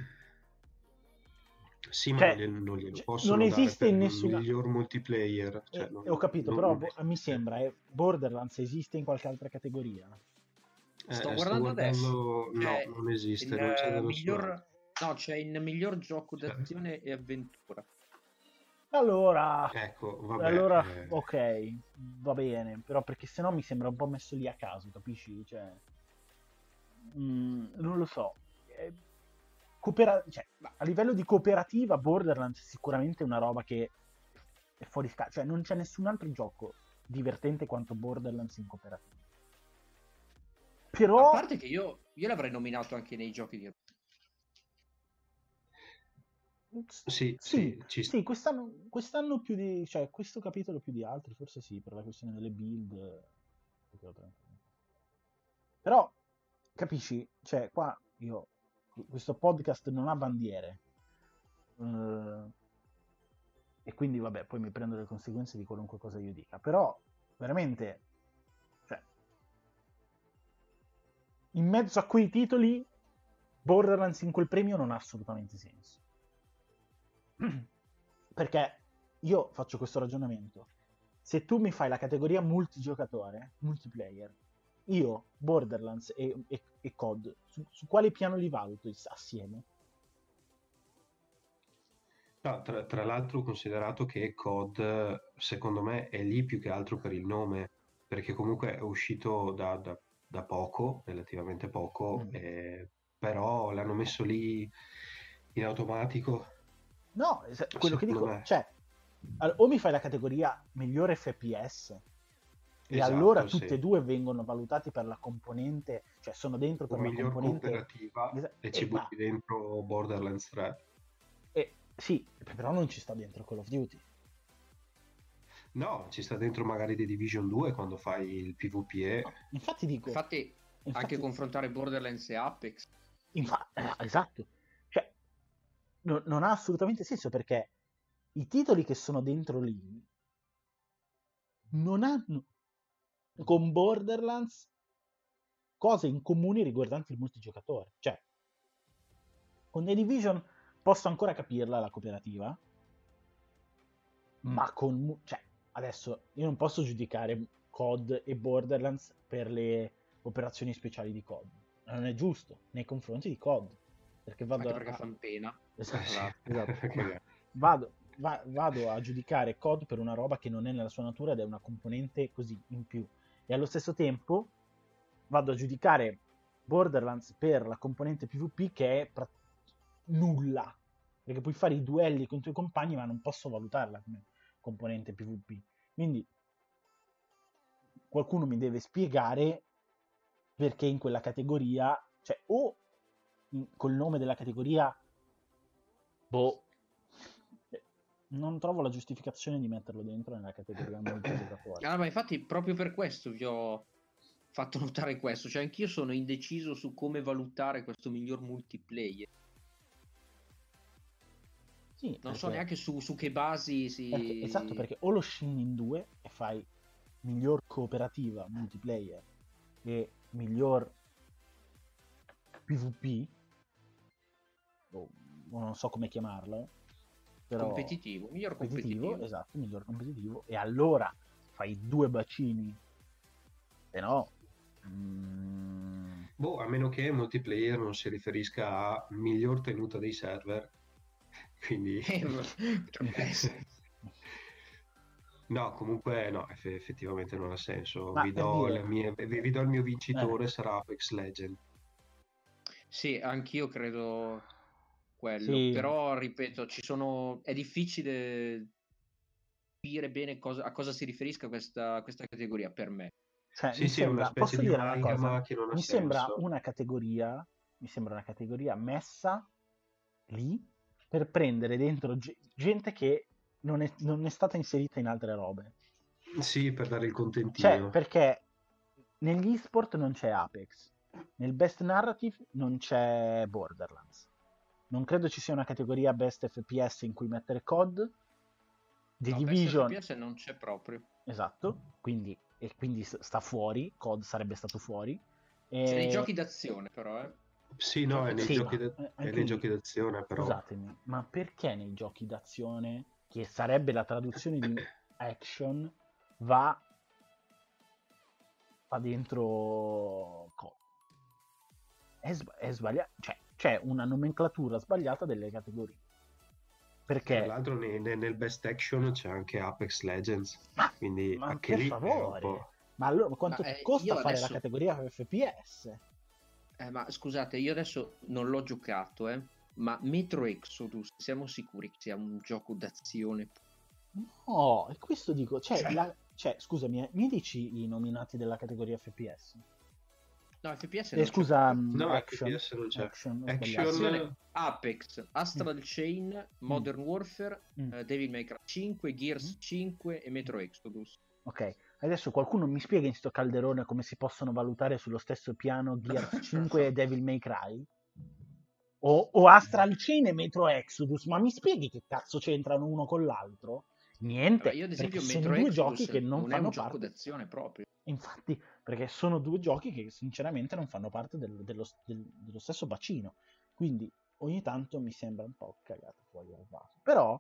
Sì, ma non cioè, glielo, non glielo cioè, non possono dare esiste per in nessuna... miglior multiplayer. Cioè, eh, ho non, capito, non- però non bo- mi esiste. sembra, eh, Borderlands esiste in qualche altra categoria. Sto Eh, sto guardando adesso. guardando, no, C'è non esiste, in non c'è da eh, nessun'altra. miglior... No, c'è in miglior gioco Cioè, d'azione e avventura. Allora, ecco, vabbè, allora, eh, ok, va bene, però perché sennò mi sembra un po' messo lì a caso, capisci? Cioè, mm, non lo so. Eh, coopera- cioè, a livello di cooperativa, Borderlands è sicuramente una roba che è fuori scala, cioè non c'è nessun altro gioco divertente quanto Borderlands in cooperativa. A Però parte che io, io l'avrei nominato anche nei giochi di... sì, sì, sì, ci, sì, quest'anno, quest'anno più di, cioè questo capitolo più di altri, forse sì, per la questione delle build. eh, Però, capisci, cioè qua io, questo podcast non ha bandiere. eh, e quindi vabbè, poi mi prendo le conseguenze di qualunque cosa io dica. Però, veramente, cioè, in mezzo a quei titoli, Borderlands in quel premio non ha assolutamente senso. Perché io faccio questo ragionamento. Se tu mi fai la categoria multigiocatore, multiplayer, io, Borderlands e, e, e C O D, su, su quale piano li valuto assieme? no, tra, tra l'altro considerato che C O D secondo me è lì più che altro per il nome, perché comunque è uscito da, da- da poco, relativamente poco, Mm. eh, però l'hanno messo lì in automatico, No, es- quello che secondo dico, me. cioè, al- o mi fai la categoria migliore F P S, e allora Esatto, tutte e sì. due vengono valutati per la componente, cioè sono dentro O per la miglior componente... cooperativa Esa- e ci E, va, butti dentro Borderlands tre. e, sì, però non ci sta dentro Call of Duty. No, ci sta dentro magari The Division due quando fai il PvPe. No, infatti dico, Infatti, anche infatti, confrontare Borderlands e Apex. infa- eh, esatto, cioè, no- non ha assolutamente senso perché i titoli che sono dentro lì non hanno con Borderlands cose in comune riguardanti il multigiocatore. Cioè, con The Division posso ancora capirla la cooperativa, ma con... cioè, adesso io non posso giudicare C O D e Borderlands per le operazioni speciali di C O D. Non è giusto nei confronti di C O D, perché vado Anche a... perché fanno pena. Esatto, Eh sì, esatto. che- Vado, va- vado a giudicare C O D per una roba che non è nella sua natura ed è una componente così in più. E allo stesso tempo vado a giudicare Borderlands per la componente PvP che è pra- nulla. Perché puoi fare i duelli con i tuoi compagni, ma non posso valutarla come componente PvP. Quindi qualcuno mi deve spiegare perché in quella categoria, cioè o in- col nome della categoria, boh, eh, non trovo la giustificazione di metterlo dentro nella categoria multigiocatore. Ah, ma infatti proprio per questo vi ho fatto notare questo, cioè anch'io sono indeciso su come valutare questo miglior multiplayer. Sì, Non so perché, neanche su, su che basi perché- esatto, si... perché o lo scegli in due e fai miglior cooperativa multiplayer e miglior PvP, o, o non so come chiamarlo, però competitivo, miglior competitivo, competitivo. esatto, miglior competitivo, e allora fai due bacini, se no... mm, Boh, a meno che multiplayer non si riferisca a miglior tenuta dei server, quindi... Eh, potrebbe essere. No, comunque no, eff- effettivamente non ha senso. ma Vi per do, le dire... mie- vi vi do il mio eh, vincitore, sarà Apex Legend. Sì, anch'io credo quello, Sì. però ripeto, ci sono è difficile capire bene cosa, a cosa si riferisca questa, questa categoria per me. Cioè, Sì, mi sì, è una sembra, specie posso di dire una cosa? amalgama che non ha Mi sembra senso. una categoria, mi sembra una categoria messa lì per prendere dentro ge- gente che non è, non è stata inserita in altre robe. Sì, per dare il Cioè, contentino. perché negli esport non c'è Apex, nel Best Narrative non c'è Borderlands. Non credo ci sia una categoria Best F P S in cui mettere C O D. The No, Division, Best F P S non c'è proprio. esatto, quindi, e quindi s- sta fuori, C O D sarebbe stato fuori. C'è nei E... giochi d'azione, però, eh. Sì, no, è Giochi nei Sì, giochi, ma d'azione. d- eh, è anche nei lì, giochi d'azione, però. scusatemi, ma perché nei giochi d'azione, che sarebbe la traduzione di action, va, va dentro C O D? È, sb- è sbagliato, cioè c'è una nomenclatura sbagliata delle categorie. Tra Perché, l'altro ne- ne- nel Best Action c'è anche Apex Legends, ma, quindi ma anche per lì è un favore, po'... ma allora Ma quanto eh, costa io fare la adesso, categoria F P S? eh, ma scusate, io adesso non l'ho giocato, eh. Ma Metro Exodus, siamo sicuri che sia un gioco d'azione? No, e questo dico, cioè, la, cioè, scusami, eh, mi dici i nominati della categoria F P S? No, F P S Eh, non c'è scusa, proprio. mm, No, action, F P S non c'è. action, ho Action... sbagliato. Azione Apex, Astral Chain, Modern Warfare, Mm. eh, Devil May Cry cinque, Gears Mm. cinque e Metro Exodus. Ok, adesso qualcuno mi spiega in sto calderone come si possono valutare sullo stesso piano Gears cinque e Devil May Cry? O, o Astral Chain e Metro Exodus, ma mi spieghi che cazzo c'entrano uno con l'altro? Niente, Vabbè, io ad perché esempio sono Metro due giochi Exodus che non non è un fanno gioco parte. d'azione proprio. Infatti, perché sono due giochi che sinceramente non fanno parte del- dello, del- dello stesso bacino. Quindi ogni tanto mi sembra un po' cagato fuori al vaso. Però,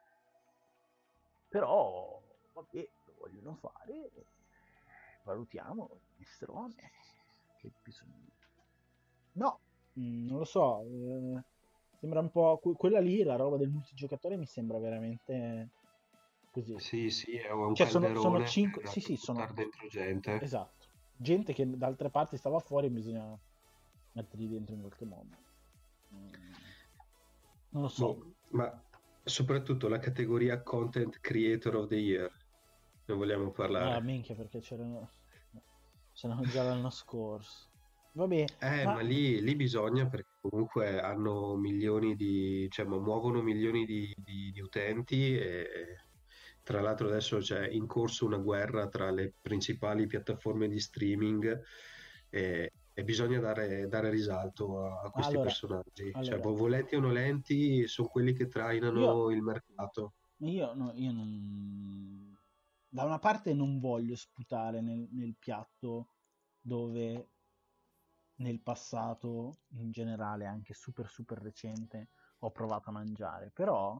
però, vabbè, lo vogliono fare. Valutiamo il minestrone. Che bisogna... No, mm, non lo so. eh, sembra un po'. que- Quella lì, la roba del multigiocatore, mi sembra veramente così. Sì, sì, è un Cioè, sono, sono calderone cinque. per, Sì, per sì, sono. buttare dentro gente. Esatto. Gente che da altre parti stava fuori e bisogna metterli dentro in qualche modo. Mm, Non lo so. Boh, ma soprattutto la categoria Content Creator of the Year. Ne vogliamo Ah, parlare? minchia, perché c'erano, c'erano già l'anno scorso. Vabbè, Eh, ma ma lì, lì bisogna perché comunque hanno milioni di, cioè, ma muovono milioni di, di- di utenti e tra l'altro adesso c'è in corso una guerra tra le principali piattaforme di streaming e, e bisogna dare, dare risalto a, a questi allora, personaggi. Cioè, allora, vo- volenti o nolenti, sono quelli che io, trainano il mercato. io, no, io non... Da una parte non voglio sputare nel, nel piatto dove nel passato, in generale, anche super super recente, ho provato a mangiare. Però,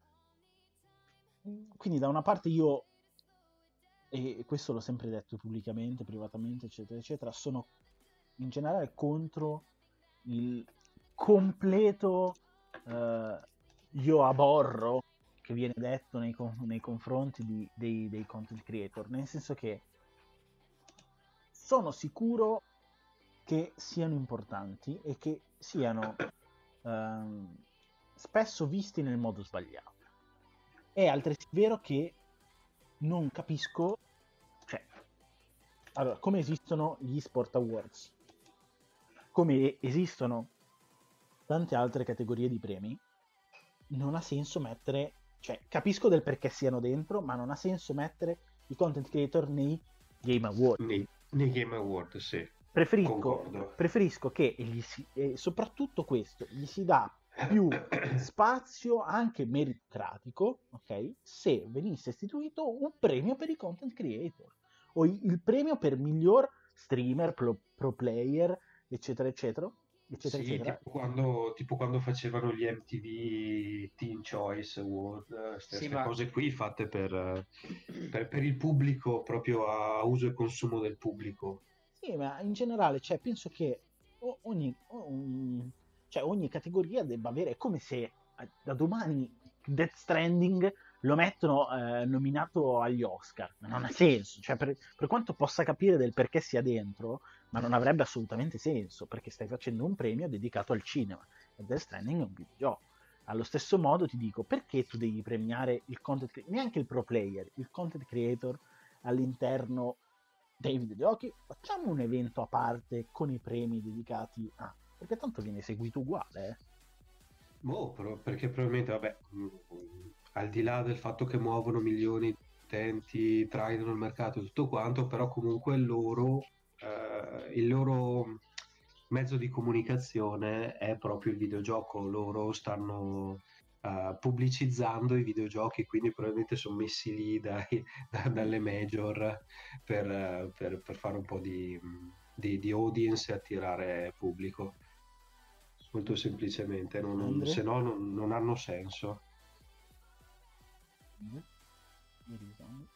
mm, quindi da una parte io, e questo l'ho sempre detto pubblicamente, privatamente, eccetera, eccetera, sono in generale contro il completo eh, io aborro che viene detto nei, con- nei confronti di- dei, dei content creator, nel senso che sono sicuro che siano importanti e che siano ehm, spesso visti nel modo sbagliato. È altresì vero che non capisco, cioè, allora, come esistono gli Sport Awards, come esistono tante altre categorie di premi, non ha senso mettere, cioè, capisco del perché siano dentro, ma non ha senso mettere i content creator nei Game Award. Nei, nei Game Award, sì, Preferisco, concordo. preferisco che gli si, e soprattutto questo, gli si dà più spazio anche meritocratico, ok? Se venisse istituito un premio per i content creator o i- il premio per miglior streamer, pro, pro player, eccetera, eccetera, eccetera, Sì, eccetera. tipo quando, tipo quando facevano gli M T V Teen Choice Award, queste Sì, ma cose qui fatte per, eh, per- per il pubblico, proprio a uso e consumo del pubblico. Sì, ma in generale, cioè, penso che o- ogni, ogni- cioè, ogni categoria debba avere, è come se eh, da domani Death Stranding lo mettono eh, nominato agli Oscar, ma non ha senso, cioè, per, per quanto possa capire del perché sia dentro, ma non avrebbe assolutamente senso, perché stai facendo un premio dedicato al cinema, e Death Stranding è un videogioco. Allo stesso modo ti dico, perché tu devi premiare il content creator, neanche il pro player, il content creator all'interno dei videogiochi? Facciamo un evento a parte con i premi dedicati a... perché tanto viene seguito uguale, eh. Boh, però- perché probabilmente, vabbè, mh, al di là del fatto che muovono milioni di utenti, trainano il mercato e tutto quanto, però comunque loro, eh, il loro mezzo di comunicazione è proprio il videogioco. Loro stanno eh, pubblicizzando i videogiochi, quindi probabilmente sono messi lì dai- da- dalle major per, eh, per- per fare un po' di, di- di audience e attirare pubblico. Molto semplicemente, non- non- Andre? se no non, non hanno senso. Andre? Where is Andre?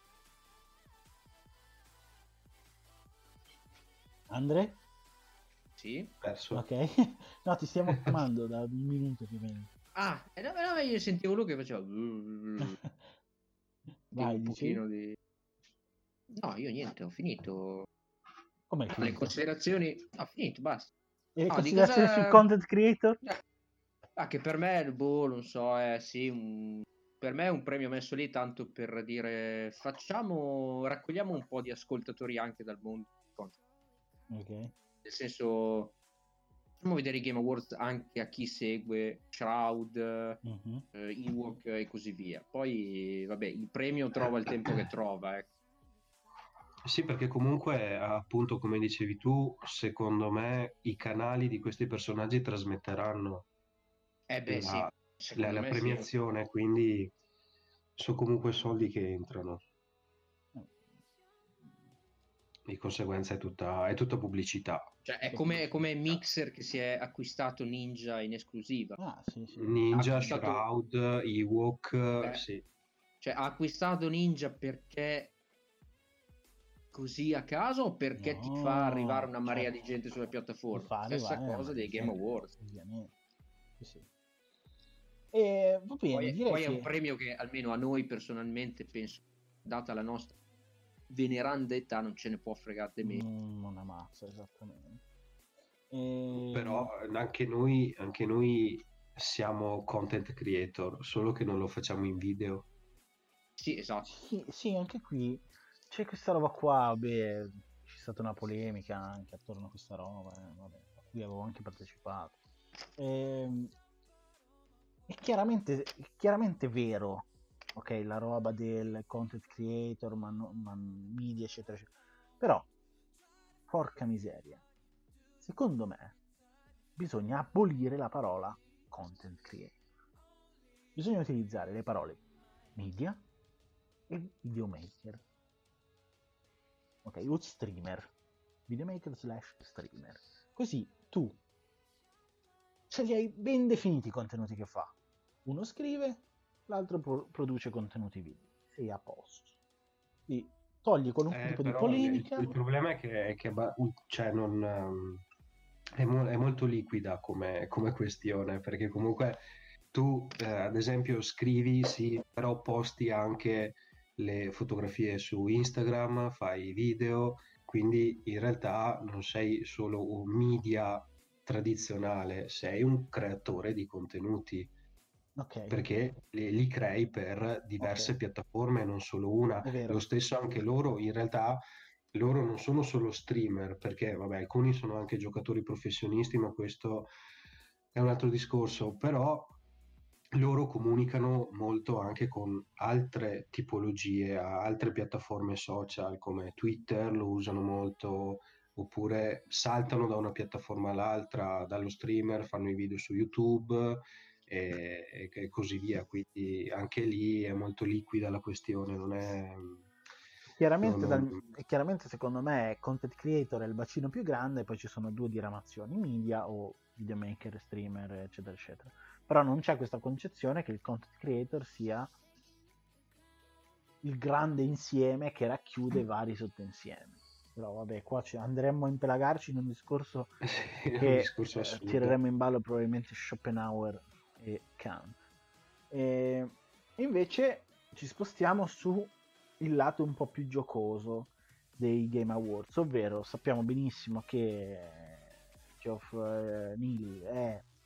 Andre? Sì? Perso. Ok. No, ti stiamo chiamando da un minuto più o meno. Ah, eh, no, no, io sentivo lui che faceva sentivo Vai, un dicevi? pochino di... No, io niente, ho finito. Com'è Ah, le finito? considerazioni... Ho finito, basta. E le No, di considerazioni sul cosa... content creator? Eh, Ah, che per me, boh, non so, è sì, un- per me è un premio messo lì tanto per dire facciamo, raccogliamo un po' di ascoltatori anche dal mondo. Ok. Nel senso, facciamo vedere i Game Awards anche a chi segue Shroud, Mhm. eh, Ewok e così via. Poi, vabbè, il premio trova il tempo che trova, ecco. Sì, perché comunque, appunto, come dicevi tu, secondo me i canali di questi personaggi trasmetteranno Eh beh, sì, la, la- secondo la me sì. premiazione, quindi sono comunque soldi che entrano. Di conseguenza è tutta, è tutta pubblicità. Cioè, è come, è come Mixer che si è acquistato Ninja in esclusiva. Ah, sì, sì. Ha Ninja, acquistato, Shroud, Ewok, eh, sì. cioè, ha acquistato Ninja perché così a caso o perché ti fa arrivare No, una marea di certo. gente sulle Ti piattaforme? fa Stessa arrivare cosa ma dei Game gente, Awards. ovviamente. Sì, sì. E va bene, Poi, direi poi è un che premio che almeno a noi personalmente penso, data la nostra veneranda età, non ce ne può fregare meno. mm, non ammazza esattamente. E... Però anche noi, anche noi siamo content creator, solo che non lo facciamo in video. Sì, esatto. Sì, sì, anche qui c'è questa roba qua, beh, c'è stata una polemica anche attorno a questa roba, eh, vabbè, a cui avevo anche partecipato. Ehm, è chiaramente, è chiaramente vero, ok, la roba del content creator, ma, no- ma media, eccetera, eccetera. Però, porca miseria, secondo me bisogna abolire la parola content creator. Bisogna utilizzare le parole media e videomaker. Ok, o streamer, videomaker slash streamer. Così tu ce li hai ben definiti i contenuti che fa. Uno scrive, l'altro pro- produce contenuti video. Sei a posto. Quindi togli qualunque Eh, tipo di però il, polemica. il problema è che, è che ba- cioè non, ehm, è, mo- è molto liquida come, come questione, perché comunque tu, eh, ad esempio, scrivi, sì, però posti anche le fotografie su Instagram, fai video, quindi in realtà non sei solo un media tradizionale, sei un creatore di contenuti Ok, perché li, li crei per diverse ok, piattaforme, non solo una. è Lo vero. stesso anche loro, in realtà loro non sono solo streamer, perché vabbè, alcuni sono anche giocatori professionisti, ma questo è un altro discorso, però loro comunicano molto anche con altre tipologie, altre piattaforme social come Twitter, lo usano molto, oppure saltano da una piattaforma all'altra, dallo streamer, fanno i video su YouTube e, e così via. Quindi anche lì è molto liquida la questione, non è... non- Chiaramente, non- dal- chiaramente secondo me content creator è il bacino più grande, poi ci sono due diramazioni, media o videomaker, streamer, eccetera, eccetera. Però non c'è questa concezione che il content creator sia il grande insieme che racchiude vari sottoinsiemi. Però vabbè, qua ci andremmo a impelagarci in un discorso Sì, è un che discorso eh, assurdo. tireremmo in ballo probabilmente Schopenhauer e Kant. E invece ci spostiamo su il lato un po' più giocoso dei Game Awards, ovvero sappiamo benissimo che Geoff eh, Neal è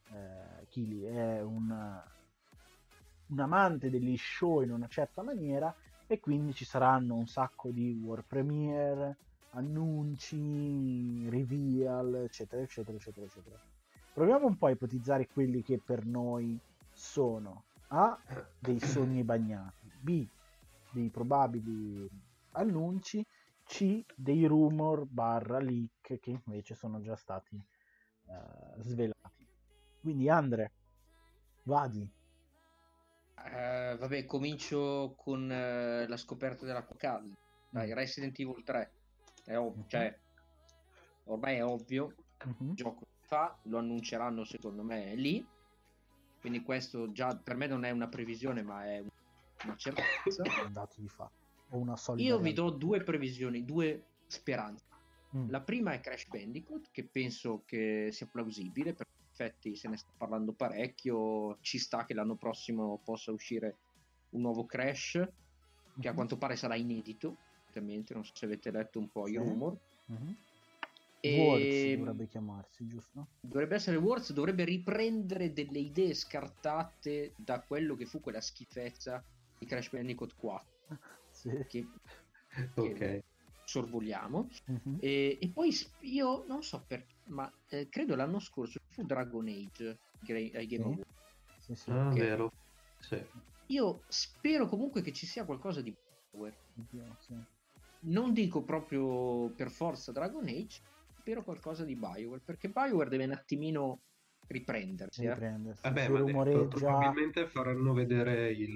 eh, Kili è un, un amante degli show in una certa maniera, e quindi ci saranno un sacco di world premiere, annunci, reveal, eccetera, eccetera, eccetera, eccetera. Proviamo un po' a ipotizzare quelli che per noi sono A, dei sogni bagnati, B, dei probabili annunci, C, dei rumor barra leak che invece sono già stati uh, svelati. Quindi Andre, vadi. Uh, vabbè, comincio con uh, la scoperta dell'acqua calda. Dai, Mm. Resident Evil tre. È ov- Mhm. cioè, ormai è ovvio. Mhm. Il gioco fa, lo annunceranno secondo me lì. Quindi questo già per me non è una previsione, ma è una certezza. Un dato di fatto. O una solida Io vi realtà. do due previsioni, due speranze. Mm. La prima è Crash Bandicoot, che penso che sia plausibile, per effetti se ne sta parlando parecchio, ci sta che l'anno prossimo possa uscire un nuovo Crash, che Mhm. a quanto pare sarà inedito, ovviamente, non so se avete letto un po' Sì. i rumor. Mhm. E Words dovrebbe chiamarsi, giusto? dovrebbe essere Words, dovrebbe riprendere delle idee scartate da quello che fu quella schifezza di Crash Bandicoot quattro, Sì. che, Ok. che sorvoliamo. Mhm. E, e poi sp- io non so perché, ma eh, credo l'anno scorso fu Dragon Age Gra- ai Game Sì. Awards. Sì, sì. Ah, Ok. vero. Sì. Io spero comunque che ci sia qualcosa di BioWare. Oddio, sì. Non dico proprio per forza Dragon Age, spero qualcosa di BioWare, perché BioWare deve un attimino riprendersi. Eh. Riprendersi. Vabbè, Si ma de- rumoreggia. probabilmente faranno vedere il,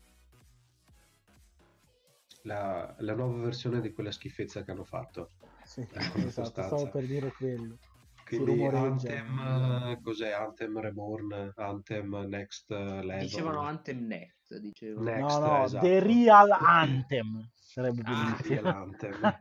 la, la nuova versione di quella schifezza che hanno fatto. Sì, Ecco, in esatto, sostanza. stavo per dire quello. Si Quindi rumoreggia. Anthem, cos'è? Anthem Reborn, Anthem Next Level. Dicevano Anthem Net, dicevano. Next, No, no, esatto. The Real Anthem sarebbe Ah, bellissimo. Real Anthem.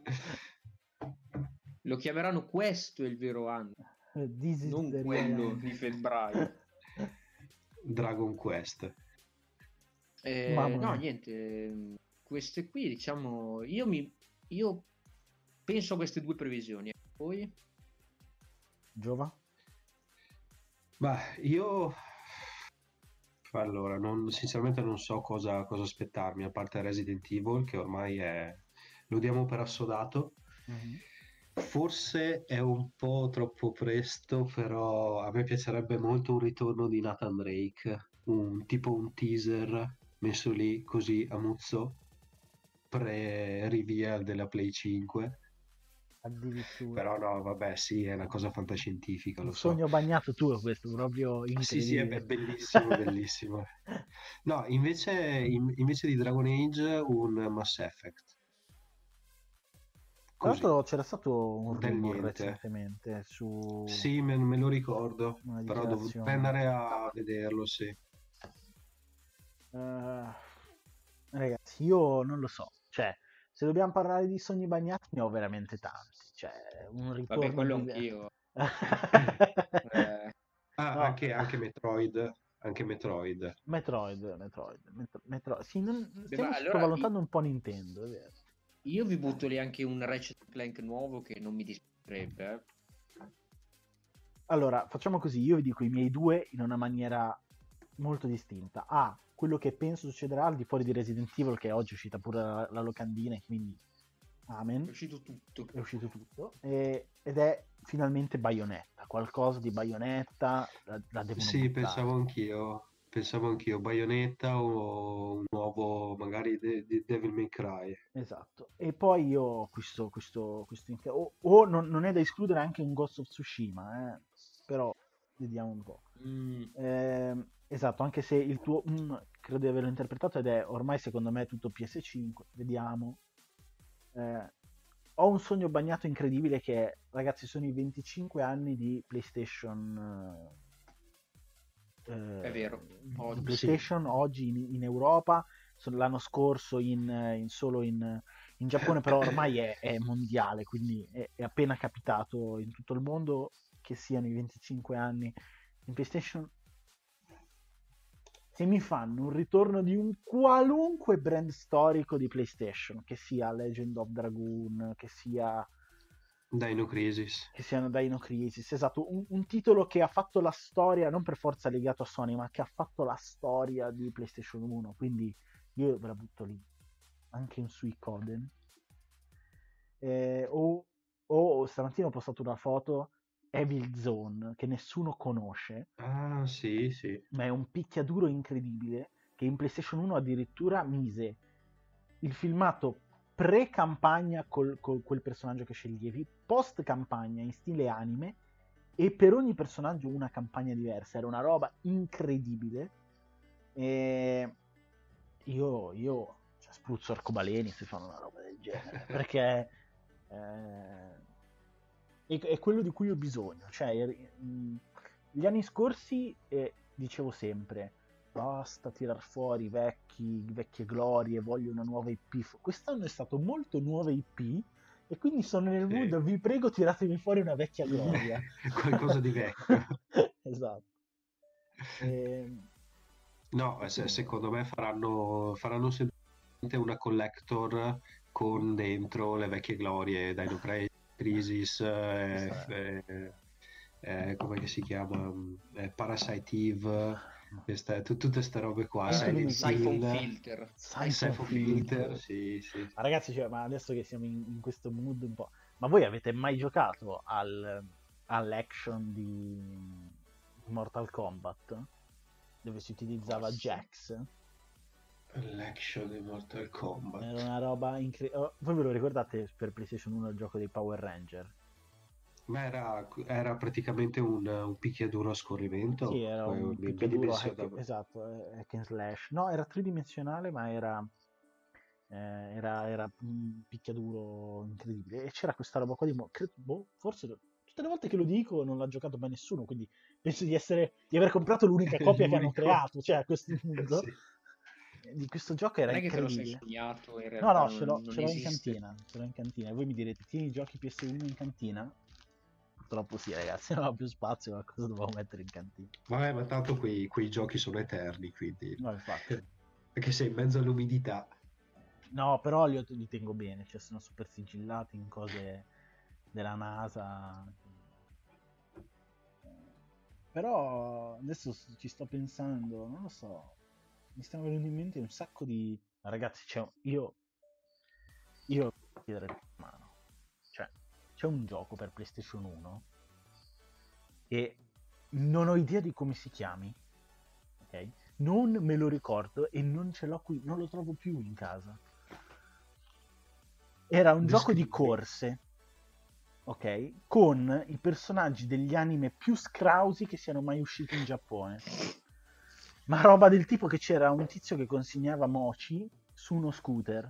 Lo chiameranno questo è il vero Anthem, This is non the real quello Anthem. di febbraio. Dragon Quest. Eh, Mamma no, mia. niente, queste qui, diciamo, io mi io penso a queste due previsioni. Poi Giova? Ma io allora non, sinceramente non so cosa, cosa aspettarmi, a parte Resident Evil che ormai è, lo diamo per assodato. Mm-hmm. Forse è un po' troppo presto, però a me piacerebbe molto un ritorno di Nathan Drake, un tipo un teaser messo lì così a muzzo pre-reveal della Play cinque. Addirittura. Però no, vabbè, sì, è una cosa fantascientifica, Un lo so. sogno bagnato tuo questo, proprio Sì, sì, è incredibile. be- bellissimo, bellissimo. No, invece, in- invece di Dragon Age un Mass Effect. Tra Così, l'altro c'era stato un del rumor niente. recentemente su Sì, me, me lo ricordo, una però dovrei dichiarazione. andare a vederlo, sì. Uh, ragazzi, io non lo so, cioè, se dobbiamo parlare di sogni bagnati ne ho veramente tanti, cioè, un ritorno vabbè, quello di... anch'io. eh, Ah, No, anche, anche Metroid, anche Metroid. Metroid, Metroid, Metro- Metroid. Sì, non- beh, stiamo ma allora sottovalutando un po' Nintendo, è vero. io vi butto lì anche un Ratchet and Clank nuovo che non mi dispiacerebbe. Eh. Allora, facciamo così, io vi dico i miei due in una maniera molto distinta. A, quello che penso succederà al di fuori di Resident Evil, che oggi è uscita pure la, la locandina, e quindi amen. È uscito tutto. È uscito tutto. E, ed è finalmente Bayonetta, qualcosa di Bayonetta la, la devono Sì, buttare. pensavo anch'io, pensavo anch'io, Bayonetta o un nuovo, magari de- de- Devil May Cry. Esatto. E poi io ho questo, questo, questo inca- o, o non, non è da escludere anche un Ghost of Tsushima, eh? Però vediamo un po'. Mm. Eh, esatto, anche se il tuo mm, credo di averlo interpretato ed è ormai secondo me tutto P S cinque, vediamo. Eh, ho un sogno bagnato incredibile che è, ragazzi, sono i venticinque anni di PlayStation. Eh, È vero, di oggi, PlayStation oggi in, in Europa, sono l'anno scorso in, in solo in, in Giappone, però ormai è, è mondiale, quindi è, è appena capitato in tutto il mondo che siano i venticinque anni in PlayStation. Se mi fanno un ritorno di un qualunque brand storico di PlayStation, che sia Legend of Dragoon, che sia Dino Crisis. Che siano Dino Crisis, esatto, un, un titolo che ha fatto la storia, non per forza legato a Sony, ma che ha fatto la storia di PlayStation uno, quindi io ve la butto lì, anche un Suicoden. Eh, o, o stamattina ho postato una foto, Evil Zone, che nessuno conosce, Ah, sì, sì. ma è un picchiaduro incredibile, che in PlayStation uno addirittura mise il filmato pre-campagna col, col quel personaggio che sceglievi, post-campagna in stile anime, e per ogni personaggio una campagna diversa. Era una roba incredibile. E io, io cioè, spruzzo arcobaleni se fanno una roba del genere, perché eh, è, è quello di cui ho bisogno. Cioè, er- mh, gli anni scorsi eh, dicevo sempre basta tirar fuori vecchi, vecchie glorie, voglio una nuova I P. Quest'anno è stato molto nuove I P e quindi sono nel Sì. mood, vi prego tiratemi fuori una vecchia gloria. Qualcosa di vecchio. Esatto. E... No, e se- quindi... secondo me faranno, faranno semplicemente una collector con dentro le vecchie glorie, Dino Cri- Crisis, eh, Questa è... eh, eh, come che si chiama? Eh, Parasite Eve, queste- tu- tutte queste robe qua, E tu che mi Silent chiedi? Siphon Hill, Filter. Siphon Siphon Filter, Filter. sì, sì. Ma ragazzi, cioè, ma adesso che siamo in, in questo mood un po'... Ma voi avete mai giocato al, all'action di Mortal Kombat? Dove si utilizzava Forse. Jax? L'action di Mortal Kombat. Era una roba incredibile. Voi ve lo ricordate per PlayStation uno il gioco dei Power Ranger? Ma era, era praticamente un, un picchiaduro a Sì, scorrimento, era eh, un picchiaduro hack, bidimensionale. esatto, eh, hack and slash. No, era tridimensionale, ma era, eh, era, era un picchiaduro incredibile. E c'era questa roba qua di... mo- cre- boh, forse lo- tutte le volte che lo dico non l'ha giocato mai nessuno, quindi penso di essere, di aver comprato l'unica copia che hanno L'unico. creato, cioè a questo punto. Sì. Di questo gioco era Non è che te lo sei incredibile. sognato, in No, realtà no, ce non, l'ho, non ce l'ho in esiste. cantina, ce l'ho in cantina. E voi mi direte, tieni i giochi P S uno in cantina? Purtroppo sì, ragazzi, non ho più spazio, ma cosa dovevo mettere in cantina? Vabbè, ma tanto quei, quei giochi sono eterni, quindi No, infatti. anche se in mezzo all'umidità. No, però li, li tengo bene, cioè sono super sigillati in cose della NASA. Però adesso s- ci sto pensando, non lo so, mi stanno venendo in mente un sacco di... Ragazzi, c'è un- io, io devo chiedere una mano. Cioè, c'è un gioco per PlayStation uno e non ho idea di come si chiami, ok? Non me lo ricordo e non ce l'ho qui, non lo trovo più in casa. Era un gioco di Descrivi. corse, ok? Con i personaggi degli anime più scrausi che siano mai usciti in Giappone. Ma roba del tipo che c'era un tizio che consegnava mochi su uno scooter,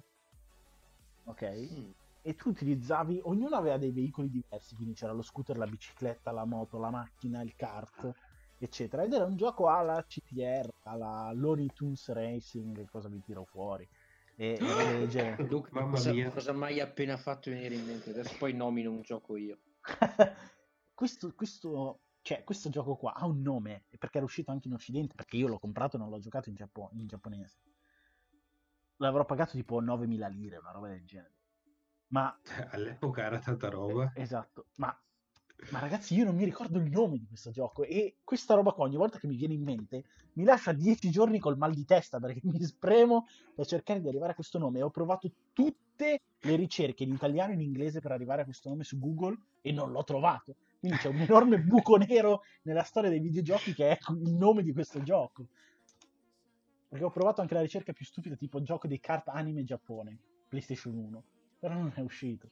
ok? Mm. E tu utilizzavi, ognuno aveva dei veicoli diversi, quindi c'era lo scooter, la bicicletta, la moto, la macchina, il kart, eccetera. Ed era un gioco alla C T R, alla Looney Tunes Racing, cosa vi tiro fuori, e, e robe del genere. Luca, Mamma cosa, mia. cosa mai hai appena fatto venire in mente? Adesso poi nomino un gioco io. questo, questo, cioè, questo gioco qua ha un nome, perché era uscito anche in Occidente, perché io l'ho comprato e non l'ho giocato in, Giappo- in giapponese. L'avrò pagato tipo novemila lire, una roba del genere. Ma, All'epoca era tanta eh, roba. esatto, ma, ma ragazzi io non mi ricordo il nome di questo gioco e questa roba qua ogni volta che mi viene in mente mi lascia dieci giorni col mal di testa perché mi spremo per cercare di arrivare a questo nome e ho provato tutte le ricerche in italiano e in inglese per arrivare a questo nome su Google e non l'ho trovato. Quindi c'è un enorme buco nero nella storia dei videogiochi che è il nome di questo gioco. Perché ho provato anche la ricerca più stupida, tipo gioco dei kart anime Giappone, PlayStation uno, però non è uscito.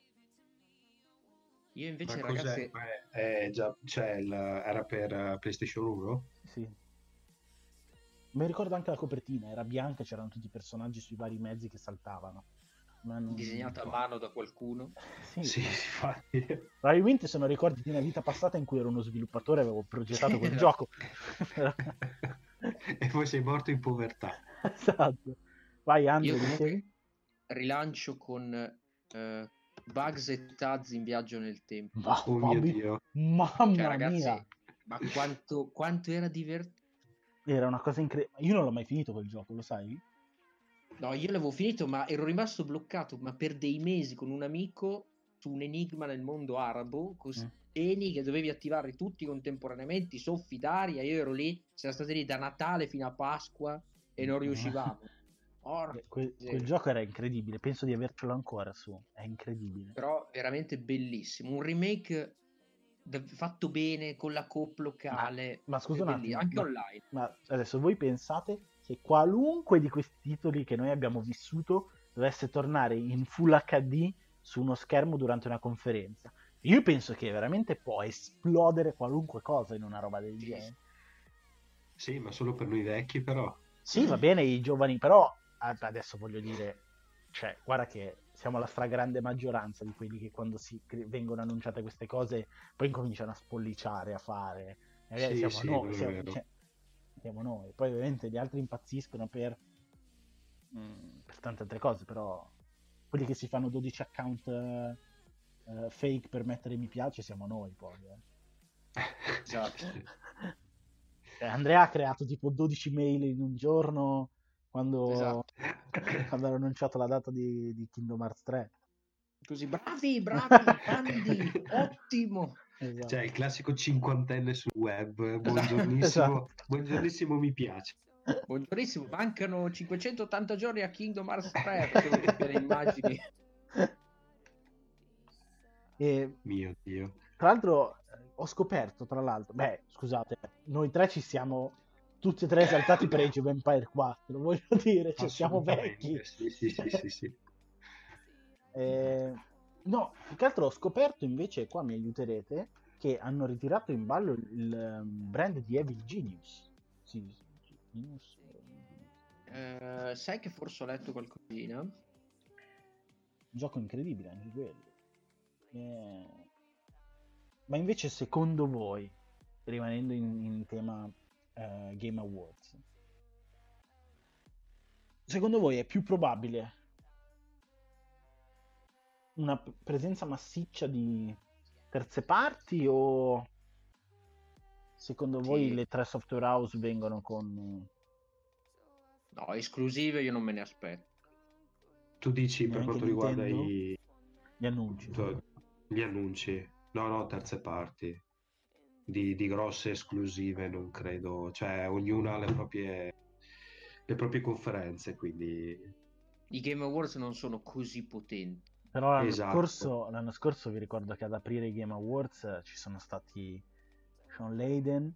Io Ma invece, cos'è? ragazzi, Ma è, è già, cioè, il- era per eh, PlayStation uno? Sì. Mi ricordo anche la copertina, era bianca, c'erano tutti i personaggi sui vari mezzi che saltavano. Ma non... disegnata a mano da qualcuno. Sì, Sì, infatti. probabilmente sono ricordi di una vita passata in cui ero uno sviluppatore e avevo progettato quel Esatto. gioco. Però- E poi sei morto in povertà. Esatto. Vai Andre, Io dicevi? comunque rilancio con eh, Bugs e Taz in viaggio nel tempo. Ma, Oh mio Bobby, Dio. Cioè, mamma mia! ragazzi, ma quanto, quanto era divertente. Era una cosa incredibile. Io non l'ho mai finito quel gioco, lo sai? No, io l'avevo finito, ma ero rimasto bloccato, ma per dei mesi con un amico fatto un enigma nel mondo arabo, così Mm. pieni che dovevi attivare tutti contemporaneamente, i soffi d'aria, io ero lì, siamo stati lì da Natale fino a Pasqua e non riuscivamo. Porca Eh, quel, quel miseria. gioco era incredibile, penso di avercelo ancora su, è incredibile. Però veramente bellissimo, un remake da- fatto bene con la coop locale, Ma scusa è un belli- attimo, anche ma, online. ma adesso voi pensate che qualunque di questi titoli che noi abbiamo vissuto dovesse tornare in Full acca di su uno schermo durante una conferenza? Io penso che veramente può esplodere qualunque cosa in una roba del Sì, genere. Sì, ma solo per noi vecchi, però. Sì, va bene, i giovani, però a- adesso voglio dire, cioè, guarda che siamo la stragrande maggioranza di quelli che quando si cre- vengono annunciate queste cose poi incominciano a spolliciare, a fare. E Sì, siamo sì, noi, quello è siamo, vero. cioè, siamo noi. Poi ovviamente gli altri impazziscono per, mm, per tante altre cose, però quelli che si fanno dodici account eh, eh, fake per mettere mi piace siamo noi poi. eh. Esatto. Cioè, Andrea ha creato tipo dodici mail in un giorno quando, Esatto. quando hanno annunciato la data di, di Kingdom Hearts tre. Così bravi, bravi, grandi, ottimo. Esatto. Cioè, il classico cinquantenne sul web. Esatto. Buongiornissimo, buongiornissimo, mi piace. Buongiornissimo, mancano cinquecentottanta giorni a Kingdom Hearts tre, facevo tutte le immagini. E Mio Dio. tra l'altro eh, ho scoperto, tra l'altro, beh, scusate, noi tre ci siamo tutti e tre esaltati per Age of Empire quattro, voglio dire, cioè siamo vecchi. Assolutamente, sì, sì, sì, sì, sì. Eh, no, più che altro ho scoperto invece, qua mi aiuterete, che hanno ritirato in ballo il, il, ehm, brand di Evil Genius. Sì, Genius, Eh, sai che forse ho letto qualcosina? un gioco incredibile anche quello. Eh, ma invece secondo voi, rimanendo in, in tema eh, Game Awards, secondo voi è più probabile una p- presenza massiccia di terze parti o secondo voi Sì. le tre software house vengono con No, esclusive io non me ne aspetto. Tu dici per neanche quanto riguarda Nintendo i, gli annunci? gli annunci? No, no, terze parti. Di, di grosse esclusive non credo. Cioè, ognuna ha le proprie, le proprie conferenze, quindi... I Game Awards non sono così potenti. Però l'anno Esatto. scorso, l'anno scorso vi ricordo che ad aprire i Game Awards eh, ci sono stati Sean Layden,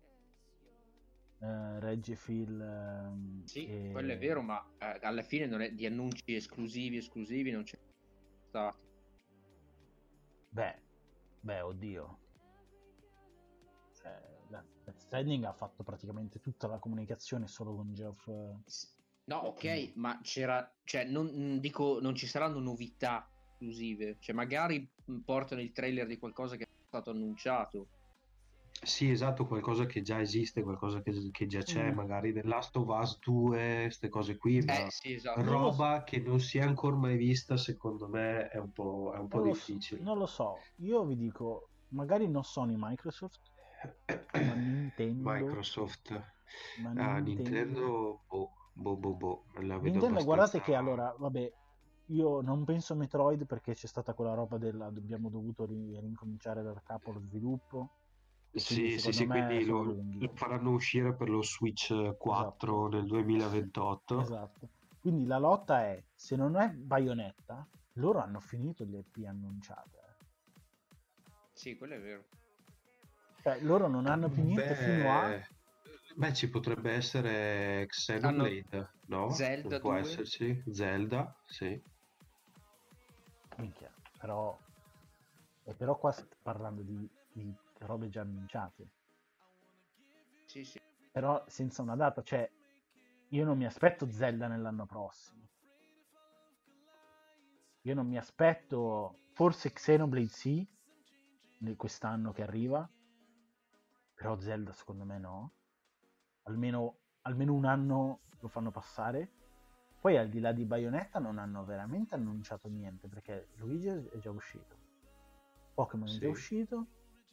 eh, Reggie Phil ehm, Sì, e... quello è vero, ma eh, alla fine non è di annunci esclusivi, esclusivi non c'è stato. Beh, beh, oddio. Cioè, la Death Stranding ha fatto praticamente tutta la comunicazione solo con Geoff. eh, No, ok, ma c'era, cioè, non mh, dico, non ci saranno novità esclusive, cioè magari mh, portano il trailer di qualcosa che è stato annunciato. Sì, esatto, qualcosa che già esiste, qualcosa che, che già c'è, Mm, magari The Last of Us due, queste cose qui, Eh ma sì, esatto. non lo so, roba che non si è ancora mai vista, secondo me è un po', è un po' non lo so, difficile. non lo so. Io vi dico, magari non Sony, Microsoft, ma Nintendo, Microsoft, ma ah, Nintendo. Nintendo, boh, boh, boh, boh, la vedo Nintendo, guardate abbastanza... che allora, vabbè, io non penso a Metroid perché c'è stata quella roba della abbiamo dovuto ri- ricominciare da capo lo sviluppo e quindi Sì, sì, secondo sì, me quindi sono lo, lunghi. lo faranno uscire per lo Switch Esatto. quattro nel duemilaventotto. Esatto. Quindi la lotta è, se non è Bayonetta, loro hanno finito le E P annunciate. eh. Sì, quello è vero. Cioè, loro non hanno più niente fino a... Beh, beh, ci potrebbe essere Hanno Xenoblade, no? Zelda Non può due. esserci. Zelda, sì. Minchia, però... E però qua sto parlando di, di robe già annunciate. Sì, sì. Però senza una data, cioè... Io non mi aspetto Zelda nell'anno prossimo. Io non mi aspetto... Forse Xenoblade sì, nel- quest'anno che arriva, però Zelda secondo me no. Almeno, almeno un anno lo fanno passare. Poi al di là di Bayonetta non hanno veramente annunciato niente, perché Luigi è già uscito. Pokémon è Sì. già uscito.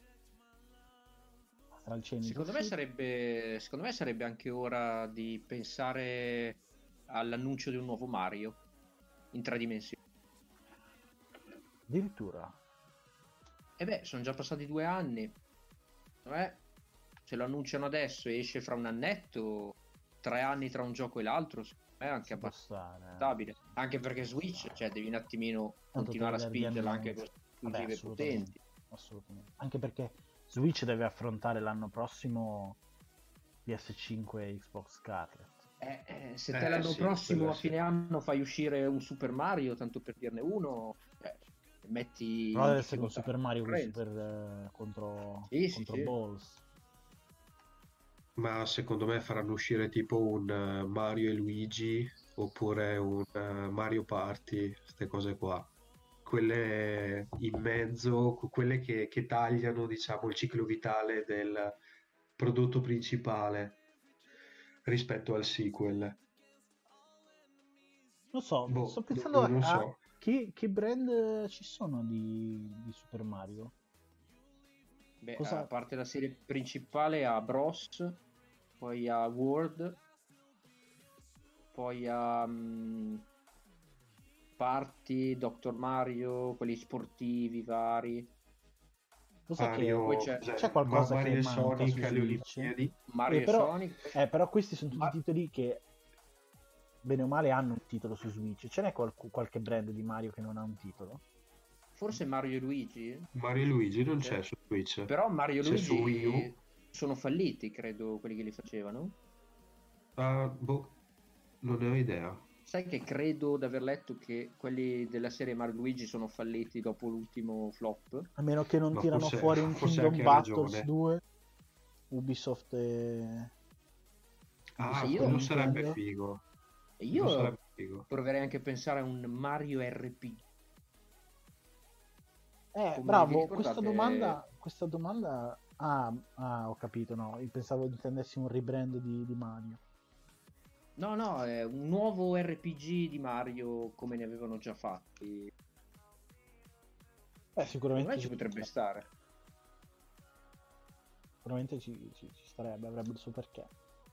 Astral Chain è già Secondo me uscito. sarebbe, secondo me sarebbe anche ora di pensare all'annuncio di un nuovo Mario in tre dimensioni. Addirittura. E beh, sono già passati due anni. Eh, se lo annunciano adesso e esce fra un annetto, tre anni tra un gioco e l'altro, secondo me è anche Ci può abbastanza stare, stabile. eh. Anche perché Switch, cioè, devi un attimino Tanto continuare a trailer di spingerla anche con annuncio. esclusive Vabbè, assolutamente, potenti. assolutamente. Anche perché Switch deve affrontare l'anno prossimo P S cinque e Xbox Scarlet. Eh, eh, se Eh, te l'anno sì, prossimo quello a sì. fine anno fai uscire un Super Mario, tanto per dirne uno, eh, metti Però in deve essere un difficoltà Super la Mario con concorrenza. super, eh, contro, Sì, sì, contro sì. Balls. Ma secondo me faranno uscire tipo un eh, Mario e Luigi oppure un eh, Mario Party, queste cose qua. Quelle in mezzo, quelle che, che tagliano, diciamo, il ciclo vitale del prodotto principale rispetto al sequel. Non so, sto Boh, no- pensando non a, lo a so. che, che brand ci sono di, di Super Mario. Beh, a Cosa... parte la serie principale ha Bros, poi ha World, poi ha mm, Party, Doctor Mario, quelli sportivi vari. Cos'è che Poi Mario, c'è c'è cos'è? Ma- qualcosa che Mario e manca su Sonic alle Switch? Olimpiadi? Perché Mario e però, Sonic. eh, però questi sono tutti Ma titoli che bene o male hanno un titolo su Switch. Ce n'è qual- qualche brand di Mario che non ha un titolo? Forse Mario e Luigi. Mario e Luigi non Sì. c'è su Switch. Però Mario e C'è su Wii U. Luigi sono falliti, credo, quelli che li facevano. Ah, boh, non ne ho idea. Sai che credo di aver letto che quelli della serie Mario e Luigi sono falliti dopo l'ultimo flop. A meno che non Ma tirano forse, fuori un forse Kingdom anche ha Battles ragione. due, Ubisoft e... Ah, Ubisoft e io- quello sarebbe Nintendo. figo. E Quello io sarebbe figo. proverei anche a pensare a un Mario R P G. Eh, Come vi bravo, questa ricordate? domanda, questa domanda... Ah, ah, ho capito, no, io pensavo intendessi un rebrand di, di Mario. No, no, è un nuovo R P G di Mario come ne avevano già fatti. Beh, Secondo me sicuramente ci ci, potrebbe stare. sicuramente ci, ci- ci starebbe, avrebbe il suo perché.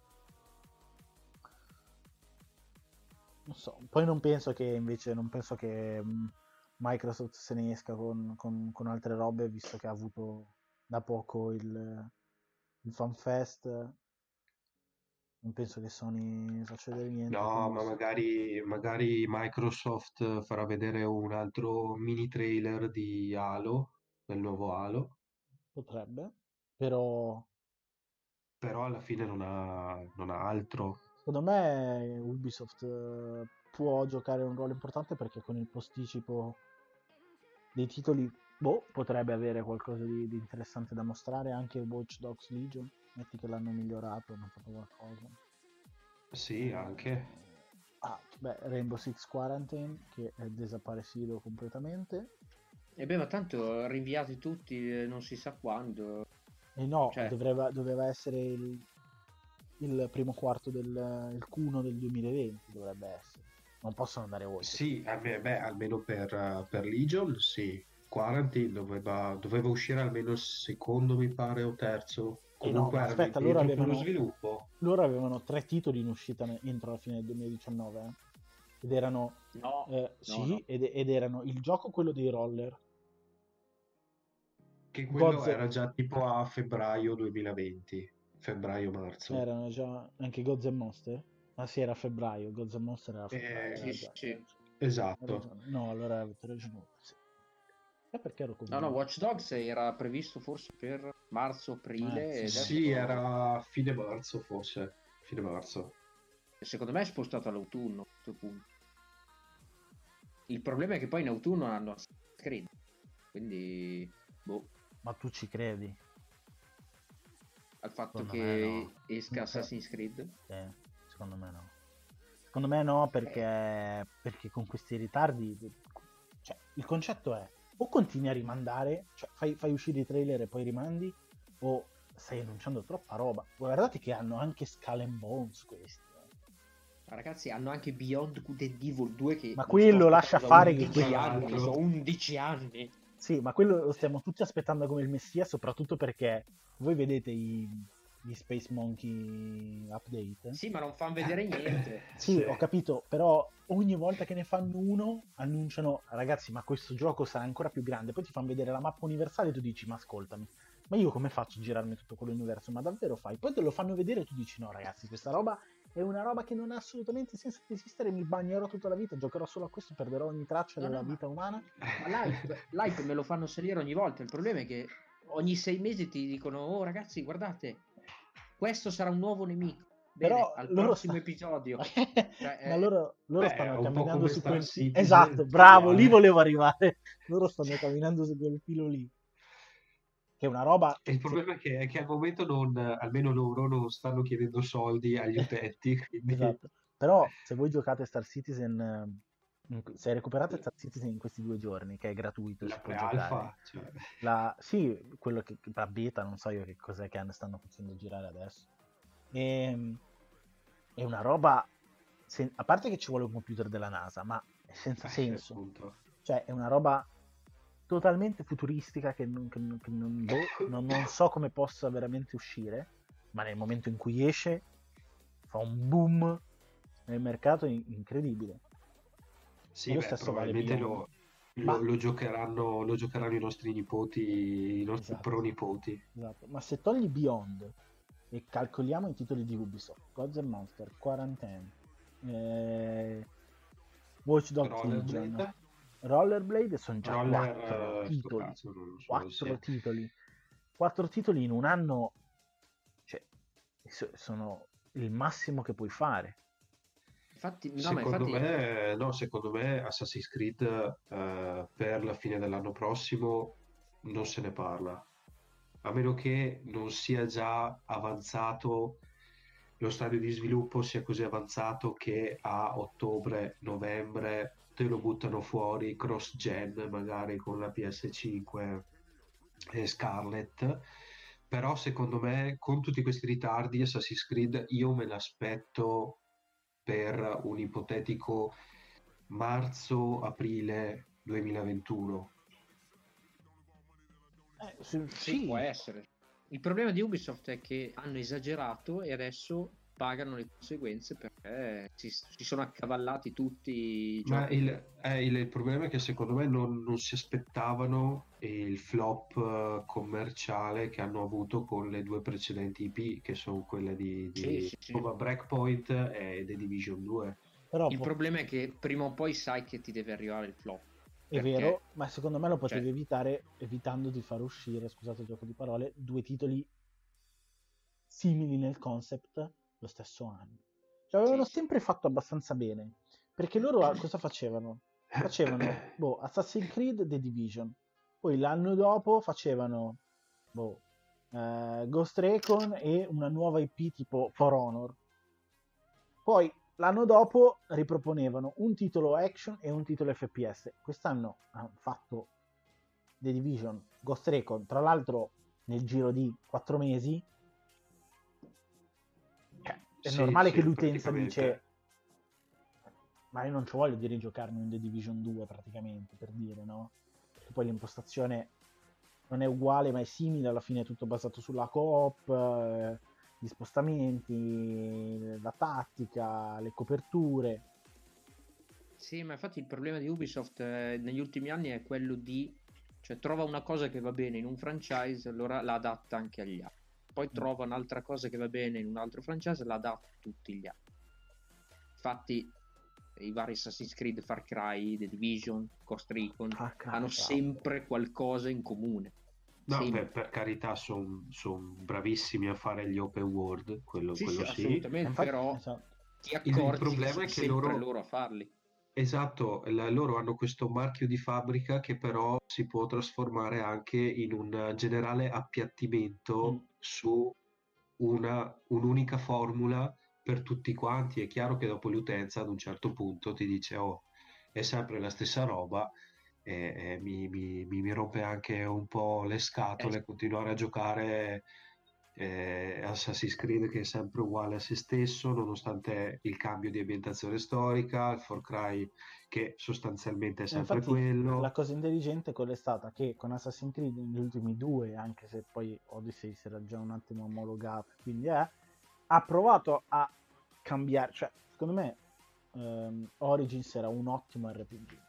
Non so, poi non penso che invece, non penso che mh, Microsoft se ne esca con, con- con altre robe, visto che ha avuto da poco il, il FanFest. Non penso che Sony faccia vedere niente, No, quindi ma magari, magari Microsoft farà vedere un altro mini trailer di Halo, del nuovo Halo, potrebbe. Però però alla fine non ha, non ha altro. secondo me Ubisoft eh, può giocare un ruolo importante perché con il posticipo dei titoli, boh, potrebbe avere qualcosa di, di interessante da mostrare. Anche Watch Dogs Legion, metti che l'hanno migliorato, hanno fatto qualcosa. Sì, anche. Ah, beh, Rainbow Six Quarantine che è desaparecido completamente. E beh, ma tanto rinviati tutti, eh, non si sa quando. E no, Cioè, doveva, doveva essere il, il primo quarto del il Q uno del duemilaventi, dovrebbe essere. Non possono andare oltre. Sì, a me- beh, almeno per, eh, per Legion, sì. Quarantine doveva, doveva uscire almeno il secondo, mi pare, o terzo. E no, Comunque ma erano aspetta, loro dentro per lo avevano, sviluppo. loro avevano tre titoli in uscita ne- entro la fine del duemiladiciannove. eh. Ed erano, no, eh, no, sì, no. Ed, ed erano il gioco quello dei roller, Che quello Gods, era già tipo a febbraio duemilaventi, febbraio-marzo. erano già anche Gods and Monster. Ah sì, era a febbraio, Gods and Monster era a febbraio, Sì, hai Eh, sì, ragione, hai sì. ragione. Hai esatto. ragione. No, allora avete ragione. voi, Sì. E perché ero No, no, convinto? Watch Dogs era previsto forse per Eh, marzo-aprile e sì, adesso Sì, era fine marzo forse. Fine marzo. secondo me è spostato all'autunno a questo punto. Il problema è che poi in autunno hanno Assassin's Creed, quindi boh, ma tu ci credi? al fatto Secondo che me no. esca Assassin's Creed. Eh, secondo me no. Secondo me no, Eh, perché, perché con questi ritardi, cioè, il concetto è o continui a rimandare, cioè fai, fai uscire i trailer e poi rimandi, o stai annunciando troppa roba. Guardate che hanno anche Skull and Bones questi. eh. ma ragazzi, hanno anche Beyond Good and Evil due che Ma lo sto quello lascia aspettando da fare che undici quello... anni, Tra so l'altro. undici anni. Sì, ma quello lo stiamo tutti aspettando come il messia, soprattutto perché voi vedete i, gli Space Monkey Update. Sì, ma non fanno vedere niente. Sì, ho capito, però ogni volta che ne fanno uno annunciano, ragazzi, ma questo gioco sarà ancora più grande, poi ti fanno vedere la mappa universale e tu dici, ma ascoltami, ma io come faccio a girarmi tutto quell'universo? Ma davvero fai? Poi te lo fanno vedere e tu dici, no ragazzi, questa roba è una roba che non ha assolutamente senso di esistere, mi bagnerò tutta la vita, giocherò solo a questo, perderò ogni traccia No, della no, vita umana. Ma l'hype, l'hype me lo fanno salire ogni volta. Il problema è che ogni sei mesi ti dicono: oh ragazzi, guardate, questo sarà un nuovo nemico. Bene, Però al loro prossimo sta- episodio. Cioè, ma eh, loro, loro Beh, stanno un po' camminando come su Star quel Citizen, esatto, bravo, lì uguale. volevo arrivare. Loro stanno camminando su quel filo lì, che è una roba E il se- problema è che, è che al momento non, almeno loro non stanno chiedendo soldi agli utenti, quindi esatto. Però se voi giocate Star Citizen, eh, in- se recuperate Star Citizen in questi due giorni, che è gratuito e la si può giocare, pre-alpha, cioè, la, sì, quello che la beta, non so io che cos'è che stanno facendo girare adesso. E, è una roba, sen- a parte che ci vuole un computer della NASA, ma è senza eh, senso. appunto. Cioè, è una roba totalmente futuristica che, non, che non- che non- boh, non- non so come possa veramente uscire, ma nel momento in cui esce fa un boom nel mercato in- incredibile. Sì, E lo beh, stesso vale probabilmente Beyond. lo, lo- Ma, lo giocheranno, lo giocheranno i nostri nipoti, i nostri esatto, pronipoti. esatto. Ma se togli Beyond e calcoliamo i titoli di Ubisoft, Gods and Monster, Quarantine, eh, Watch Dogs Legion, Rollerblade? Rollerblade, sono già Roller, quattro eh, sto titoli. cazzo, non lo so, sì. Quattro titoli. Quattro titoli in un anno, cioè, so- sono il massimo che puoi fare. infatti, no, ma Secondo infatti, me, no, secondo me Assassin's Creed eh, per la fine dell'anno prossimo non se ne parla, a meno che non sia già avanzato, lo stadio di sviluppo sia così avanzato che a ottobre, novembre te lo buttano fuori cross-gen, magari con la P S cinque e Scarlett. Però secondo me, con tutti questi ritardi, Assassin's Creed io me l'aspetto per un ipotetico marzo-aprile duemilaventuno. Eh, sì, sì, può sì, essere. Il problema di Ubisoft è che hanno esagerato e adesso pagano le conseguenze perché si, si sono accavallati tutti i Ma giochi. il, eh, il- il problema è che secondo me non, non si aspettavano il flop eh, commerciale che hanno avuto con le due precedenti I P, che sono quelle di, Sì, di sì, sì. Nova Breakpoint e The Division due. però Il po- problema è che prima o poi sai che ti deve arrivare il flop. è Perché, vero, ma secondo me lo potevi cioè, evitare evitando di far uscire, scusate il gioco di parole, due titoli simili nel concept lo stesso anno. Cioè, avevano sì, sì. sempre fatto abbastanza bene, perché loro a- cosa facevano? Facevano, boh, Assassin's Creed The Division, poi l'anno dopo facevano, boh, eh, Ghost Recon e una nuova I P tipo For Honor. Poi l'anno dopo riproponevano un titolo action e un titolo F P S. Quest'anno hanno fatto The Division, Ghost Recon, tra l'altro nel giro di quattro mesi. Cioè, è Sì, normale che sì, l'utenza dice praticamente. ma io non ci voglio di rigiocarmi un The Division due praticamente, per dire, no? Perché poi l'impostazione non è uguale ma è simile, alla fine è tutto basato sulla coop, eh, gli spostamenti, la tattica, le coperture. Sì, ma infatti il problema di Ubisoft eh, negli ultimi anni è quello di, cioè trova una cosa che va bene in un franchise, allora la adatta anche agli altri. Poi trova un'altra cosa che va bene in un altro franchise, la adatta a tutti gli altri. Infatti i vari Assassin's Creed, Far Cry, The Division, Ghost Recon Ah, cazzo, hanno wow. sempre qualcosa in comune. No, Sempre. per, per carità, sono bravissimi a fare gli open world, quello Sì, quello sì, sì. assolutamente, Infatti, però esatto. ti Il, il accorgi che problema sono è che sempre loro, loro a farli. esatto, la- loro hanno questo marchio di fabbrica che però si può trasformare anche in un generale Mm. appiattimento su una, un'unica formula per tutti quanti. È chiaro che dopo l'utenza ad un certo punto ti dice, oh, è sempre la stessa roba. E, e mi, mi- mi- mi rompe anche un po' le Eh, scatole continuare a giocare eh, Assassin's Creed che è sempre uguale a se stesso nonostante il cambio di ambientazione storica, il Far Cry che sostanzialmente è E sempre infatti la quello. cosa intelligente quella è stata che con Assassin's Creed negli ultimi due, anche se poi Odyssey si era già un attimo omologato, quindi è, ha provato a cambiare, cioè secondo me ehm, Origins era un ottimo R P G.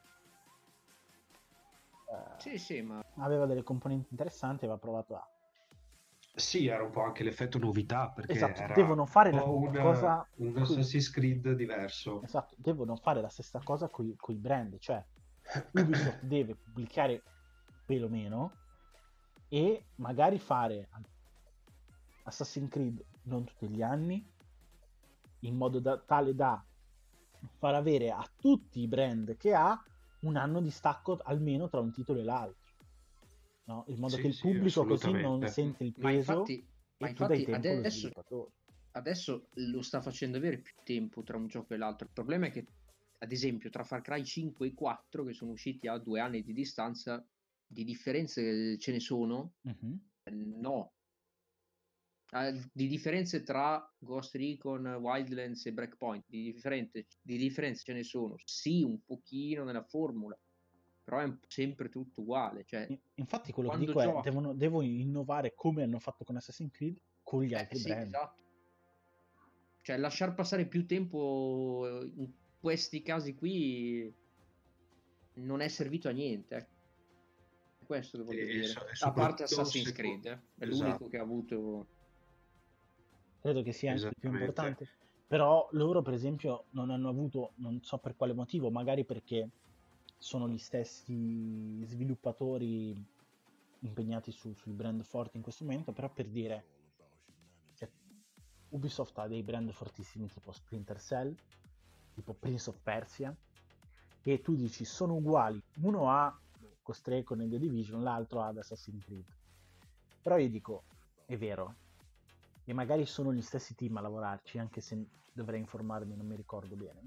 Eh, Sì, sì, ma aveva delle componenti interessanti, aveva provato a... Sì, era un po' anche l'effetto novità perché Esatto, era devono un fare la po' un, cosa un coi... Assassin's Creed diverso. Esatto, devono fare la stessa cosa con i brand, cioè Ubisoft deve pubblicare perlomeno e magari fare Assassin's Creed non tutti gli anni, in modo da, tale da far avere a tutti i brand che ha un anno di stacco almeno tra un titolo e l'altro, no? In modo che Sì, il sì, pubblico così non assolutamente. sente il ma peso infatti, ma e tu dai infatti tempo allo adesso, sviluppatore. adesso lo sta facendo avere più tempo tra un gioco e l'altro. Il problema è che, ad esempio, tra Far Cry cinque e quattro, che sono usciti a due anni di distanza, di differenze ce ne sono? Mm-hmm. No. Eh, di differenze tra Ghost Recon, Wildlands e Breakpoint, di, differente, di differenze ce ne sono. Sì, un pochino nella formula, però è sempre tutto uguale. Cioè, Infatti quello che quando dico è giochi... devono, devono innovare come hanno fatto con Assassin's Creed con gli Eh altri sì, brand. esatto. Cioè, lasciar passare più tempo in questi casi qui non è servito a niente. È questo che E, voglio e dire. so- e A parte soprattutto Assassin's se... Creed, eh. È l'unico Esatto, che ha avuto... Credo che sia anche il più esattamente. importante, però loro per esempio non hanno avuto, non so per quale motivo, magari perché sono gli stessi sviluppatori impegnati su, sui brand forti in questo momento, però per dire, cioè, Ubisoft ha dei brand fortissimi tipo Splinter Cell, tipo Prince of Persia, che tu dici sono uguali, uno ha Ghost Recon e The Division, l'altro ha Assassin's Creed. Però io dico, è vero, e magari sono gli stessi team a lavorarci, anche se dovrei informarmi, non mi ricordo bene.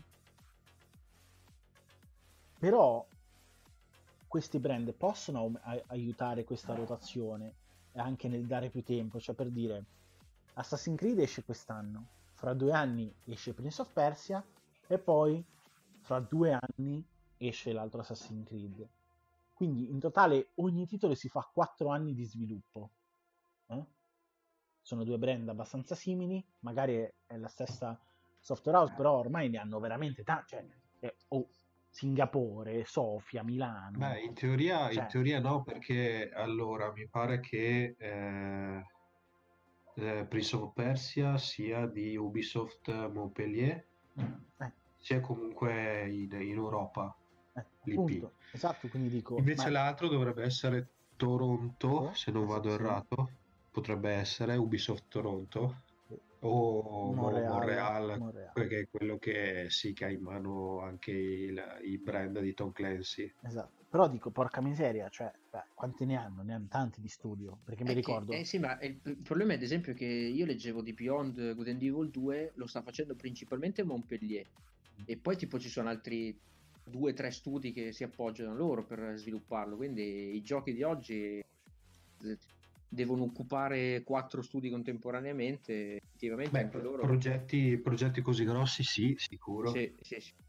Però questi brand possono a- aiutare questa rotazione anche nel dare più tempo, cioè per dire Assassin's Creed esce quest'anno, fra due anni esce Prince of Persia e poi fra due anni esce l'altro Assassin's Creed. Quindi in totale ogni titolo si fa quattro anni di sviluppo. Eh? Sono due brand abbastanza simili, magari è la stessa software house, però ormai ne hanno veramente tanti. Cioè, eh, oh, Singapore, Sofia, Milano. Beh, in teoria, in Cioè, teoria no, perché allora mi pare che eh, eh, Prince of Persia sia di Ubisoft Montpellier, eh, sia comunque in, in Europa, eh, l'I P. appunto, esatto, quindi dico, Invece ma l'altro dovrebbe essere Toronto, oh, se non es- vado sì, errato, potrebbe essere Ubisoft Toronto o, o Montreal, Montreal, Montreal. perché è quello che sì che ha in mano anche il, il brand di Tom Clancy. Esatto, però dico, porca miseria, cioè, beh, quanti ne hanno? Ne hanno tanti di studio, perché mi È che, ricordo, eh sì, ma il, il problema è ad esempio che io leggevo di Beyond Good and Evil due, lo sta facendo principalmente Montpellier, e poi tipo ci sono altri due o tre studi che si appoggiano a loro per svilupparlo, quindi i giochi di oggi eh, devono occupare quattro studi contemporaneamente, effettivamente Beh, anche pro- loro. progetti, progetti così grossi sì, sicuro. Sì, sì, sì.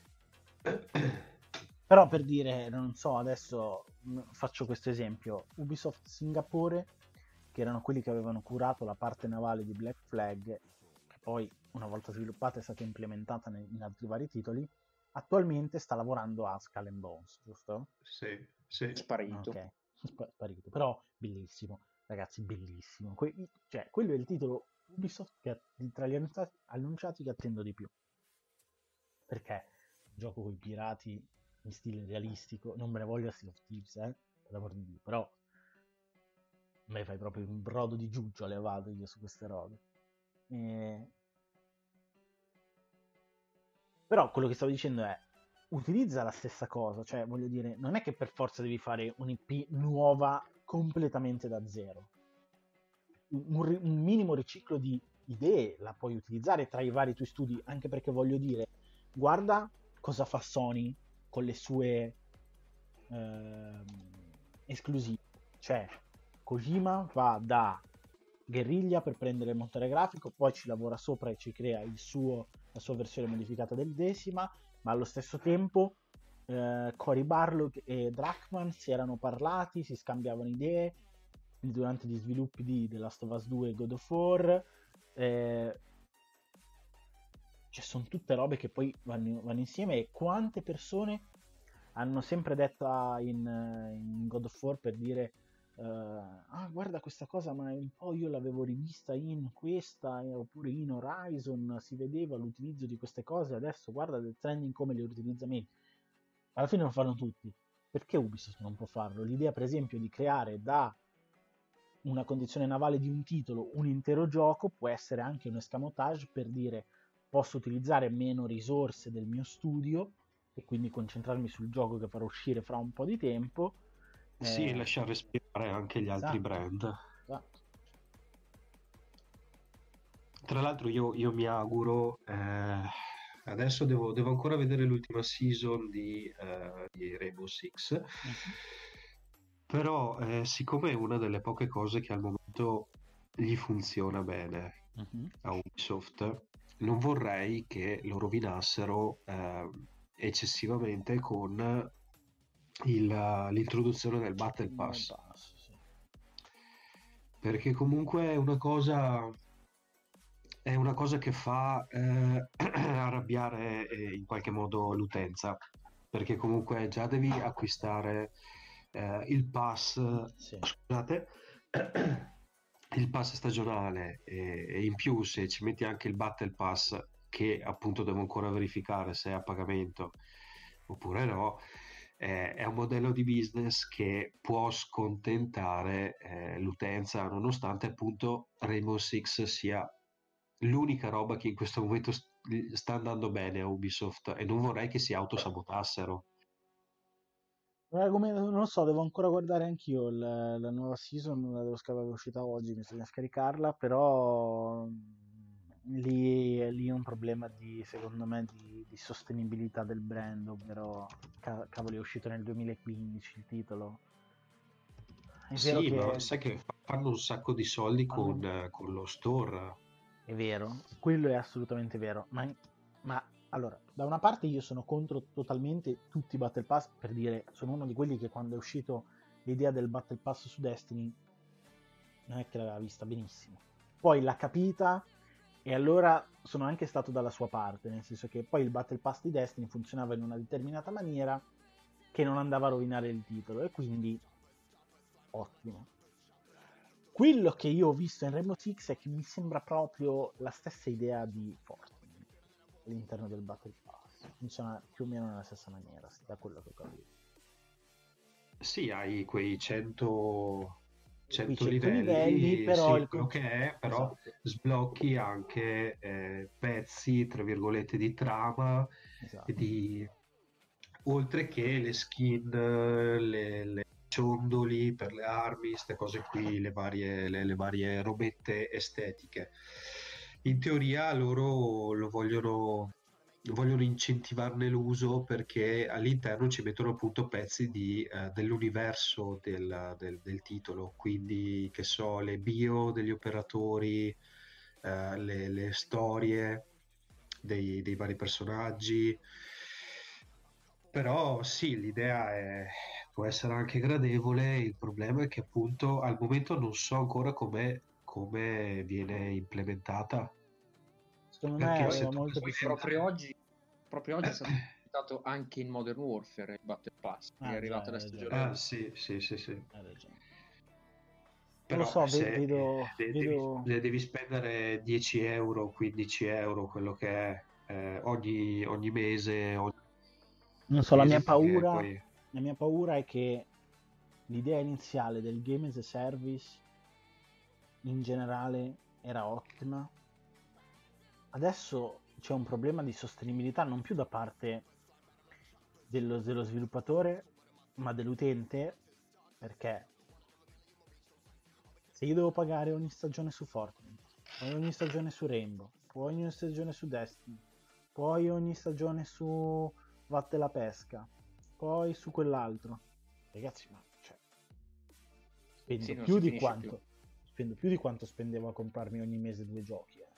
però per dire, non so, adesso mh, faccio questo esempio, Ubisoft Singapore, che erano quelli che avevano curato la parte navale di Black Flag, che poi una volta sviluppata è stata implementata ne- in altri vari titoli, attualmente sta lavorando a Skull and Bones, giusto? Sì, sì. Sparito. Ok, sp- sparito, però bellissimo, ragazzi, bellissimo. Que- cioè, quello è il titolo Ubisoft che tra gli annunciati, annunciati che attendo di più, perché gioco con i pirati in stile realistico, non me ne voglio a Sea of Thieves, eh, per l'amor di Dio, però a me fai proprio un brodo di giuggiole levato io su queste robe. E... Però quello che stavo dicendo è, utilizza la stessa cosa, cioè voglio dire, non è che per forza devi fare un'I P nuova completamente da zero. Un, ri- un minimo riciclo di idee la puoi utilizzare tra i vari tuoi studi, anche perché voglio dire, guarda cosa fa Sony con le sue ehm, esclusive. Cioè, Kojima va da Guerriglia per prendere il motore grafico, poi ci lavora sopra e ci crea il suo, la sua versione modificata del Decima, ma allo stesso tempo eh, Cory Barlog e Druckmann si erano parlati, si scambiavano idee durante gli sviluppi di The Last of Us due e God of War. Eh, cioè sono tutte robe che poi vanno, vanno insieme, e quante persone hanno sempre detto ah, in, in God of War per dire uh, ah guarda questa cosa, ma un po' io l'avevo rivista in questa eh, oppure in Horizon si vedeva l'utilizzo di queste cose, adesso guarda Death Stranding come le utilizza meglio. Alla fine lo fanno tutti, perché Ubisoft non può farlo? L'idea per esempio di creare da una condizione navale di un titolo un intero gioco può essere anche un escamotage per dire posso utilizzare meno risorse del mio studio e quindi concentrarmi sul gioco che farò uscire fra un po' di tempo. Sì, eh... lasciare respirare anche gli altri esatto, brand. esatto. Tra l'altro io, io mi auguro, eh, adesso devo, devo ancora vedere l'ultima season di, eh, di Rainbow Six, Mhm. però eh, siccome è una delle poche cose che al momento gli funziona bene Mhm. a Ubisoft, non vorrei che lo rovinassero eh, eccessivamente con il, l'introduzione del Battle Mm, Pass, passo, sì. perché comunque è una cosa è una cosa che fa eh, arrabbiare eh, in qualche modo l'utenza, perché comunque già devi acquistare eh, il pass, Sì. scusate, il pass stagionale, e, e in più se ci metti anche il Battle Pass, che appunto devo ancora verificare se è a pagamento oppure no, eh, è un modello di business che può scontentare eh, l'utenza, nonostante appunto Rainbow Six sia l'unica roba che in questo momento st- sta andando bene a Ubisoft, e non vorrei che si autosabotassero. Guarda come- non lo so, devo ancora guardare anch'io la, la nuova season, la devo scaricare, è uscita oggi, bisogna scaricarla, però mm, lì, lì è un problema di, secondo me, di, di sostenibilità del brand, ovvero, ca- cavoli, è uscito nel duemilaquindici il titolo. È vero Sì, ma che sai che fa- fanno un sacco di soldi con, fanno... eh, con lo store. È vero, quello è assolutamente vero, ma, ma allora, da una parte io sono contro totalmente tutti i Battle Pass, per dire, sono uno di quelli che quando è uscito l'idea del Battle Pass su Destiny non è che l'aveva vista benissimo. Poi l'ha capita e allora sono anche stato dalla sua parte, nel senso che poi il Battle Pass di Destiny funzionava in una determinata maniera che non andava a rovinare il titolo e quindi ottimo. Quello che io ho visto in Rainbow Six è che mi sembra proprio la stessa idea di Fortnite all'interno del Battle Pass. Funziona più o meno nella stessa maniera, da quello che ho capito. Sì, hai quei cento, Qui cento cento livelli, livelli, però sì, il quello che concetto... è, però Esatto, sblocchi anche eh, pezzi, tra virgolette, di trama, e esatto. di... oltre che le skin, le, le ciondoli per le armi, queste cose qui, le varie, le, le varie robette estetiche. In teoria loro lo vogliono, vogliono incentivarne l'uso, perché all'interno ci mettono appunto pezzi di, eh, dell'universo del, del- del titolo, quindi che so, le bio degli operatori, eh, le, le storie dei, dei vari personaggi. Però sì, l'idea è- può essere anche gradevole, il problema è che appunto al momento non so ancora come come viene implementata, Secondo me perché Poi, se aveva tu molto più poi senso. proprio oggi, proprio oggi è stato presentato anche in Modern Warfare il Battle Pass, che è Ah già, arrivata hai la ragione, stagione Ah, due. sì, sì, sì, sì. hai ragione. Non lo Però so, ve- se vedo, eh, devi, vedo... devi spendere dieci euro, quindici euro, quello che è, eh, ogni, ogni mese, ogni Non so, la mia mese, perché paura, poi la mia paura è che l'idea iniziale del game as a service in generale era ottima. Adesso c'è un problema di sostenibilità non più da parte dello, dello sviluppatore, ma dell'utente, perché se io devo pagare ogni stagione su Fortnite, poi ogni stagione su Rainbow, poi ogni stagione su Destiny, poi ogni stagione su Vatte la pesca, poi su quell'altro, ragazzi, ma cioè, spendo Sì, non più si di finisce più. quanto spendo più di quanto spendevo a comprarmi ogni mese due giochi. Eh.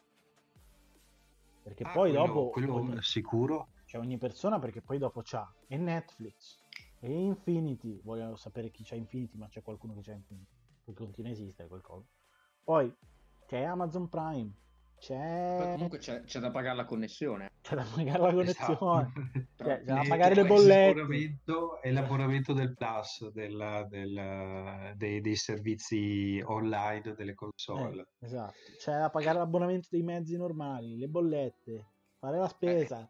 Perché Ah, poi quello, dopo... quello ogni, sicuro. cioè ogni persona, perché poi dopo c'ha e Netflix, e Infinity, voglio sapere chi c'ha Infinity, ma c'è qualcuno che c'ha Infinity, che continua a esistere qualcosa. Poi c'è Amazon Prime, Poi c'è, comunque c'è, c'è da pagare la connessione. c'è da pagare la Esatto. connessione, Però- c'è, c'è da Le- pagare le è bollette. l'abbonamento, è Cioè, l'abbonamento del Plus, della- del- dei, dei servizi online delle eh, console. esatto, c'è da pagare l'abbonamento dei mezzi normali, le bollette, fare la Eh, spesa.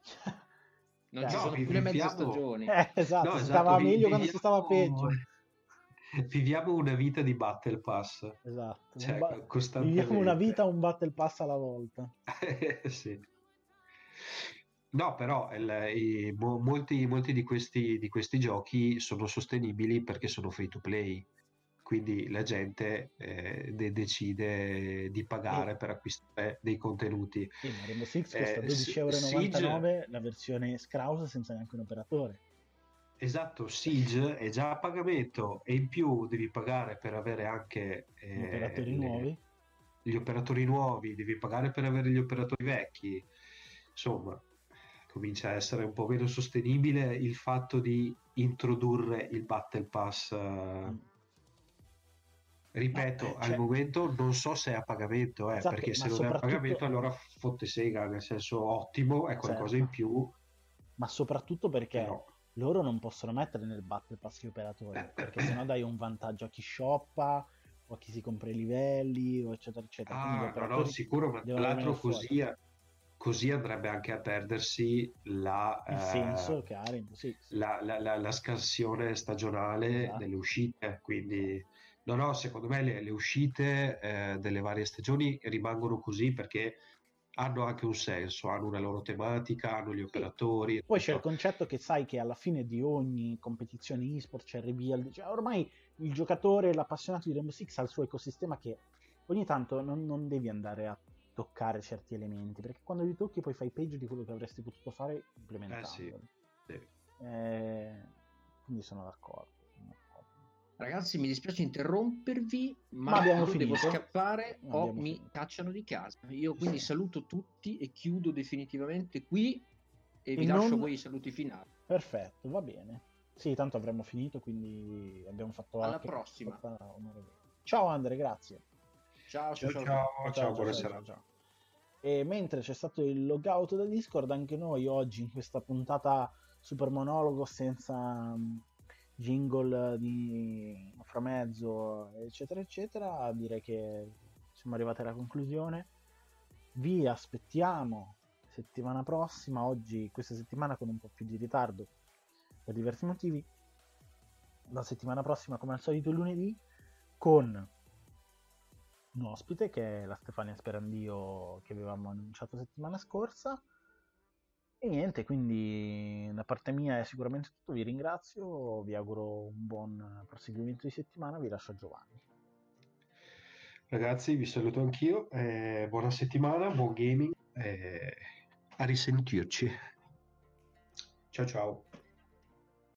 non ci Cioè, No, sono vi- più le mezze viviamo, stagioni. eh, esatto, no, si esatto, stava vi- meglio quando si stava viviamo, peggio. viviamo una vita di Battle Pass, Esatto, un cioè ba- co- viviamo una costantemente. vita un battle pass alla volta. Sì. No, però il- i- mo- molti, molti di questi, di questi giochi sono sostenibili perché sono free to play, quindi la gente eh, de- decide di E, pagare per acquistare dei contenuti. e ma Rainbow Six costa Eh, S- dodici virgola Siege, novantanove euro la versione Scrouse senza neanche un operatore. esatto, Siege è già a pagamento e in più devi pagare per avere anche Gli eh, operatori le- nuovi. gli operatori nuovi, devi pagare per avere gli operatori vecchi. Insomma, comincia a essere un po' meno sostenibile il fatto di introdurre il Battle Pass. eh, Mm. No, Ripeto, eh, al cioè, momento non so se è a pagamento, eh, esatto, perché ma se non è a pagamento soprattutto, allora fotte sega, nel senso ottimo, è qualcosa in certo, più, ma soprattutto perché però... loro non possono mettere nel battle pass gli operatori, perché sennò dai un vantaggio a chi shoppa o a chi si compra i livelli, o eccetera, eccetera. Quindi gli Ah, no, no, operatori sicuro, ma tra devono rimanere l'altro fuori. così, così andrebbe anche a perdersi la, Il eh, senso che ha Rainbow Six. la, la, la, la scansione stagionale Esatto. delle uscite, quindi Esatto. no, no, secondo me le, le uscite eh, delle varie stagioni rimangono così perché hanno anche un senso, hanno una loro tematica, hanno gli Sì. operatori e Poi c'è il tutto. concetto che sai che alla fine di ogni competizione e-sport c'è il reveal, cioè ormai il giocatore, l'appassionato di Rainbow Six ha il suo ecosistema che ogni tanto non, non devi andare a toccare certi elementi, perché quando li tocchi poi fai peggio di quello che avresti potuto fare Eh sì, implementandoli. sì. Eh, quindi sono d'accordo. sono d'accordo. Ragazzi, mi dispiace interrompervi, Ma ma abbiamo io devo finito. scappare Ma o abbiamo mi finito. cacciano di casa. Io quindi saluto tutti e chiudo definitivamente qui e E vi lascio a non... voi i saluti finali. Perfetto, va bene. Sì, tanto avremmo finito, quindi abbiamo fatto Alla anche prossima. fatta un'ora e venti. Ciao Andre, grazie. Ciao, ciao, Ciao, ciao. ciao, ciao, buona ciao, serata. ciao. E mentre c'è stato il logout da Discord, anche noi oggi in questa puntata super monologo senza mm, jingle di framezzo, eccetera, eccetera, direi che siamo arrivati alla conclusione. Vi aspettiamo settimana prossima, oggi, questa settimana con un po' più di ritardo per diversi motivi. La settimana prossima, come al solito, lunedì, con un ospite che è la Stefania Sperandio che avevamo annunciato settimana scorsa. E niente, quindi da parte mia è sicuramente tutto, vi ringrazio, vi auguro un buon proseguimento di settimana, vi lascio a Giovanni. Ragazzi, vi saluto anch'io, eh, buona settimana, buon gaming, eh, a risentirci. Ciao ciao.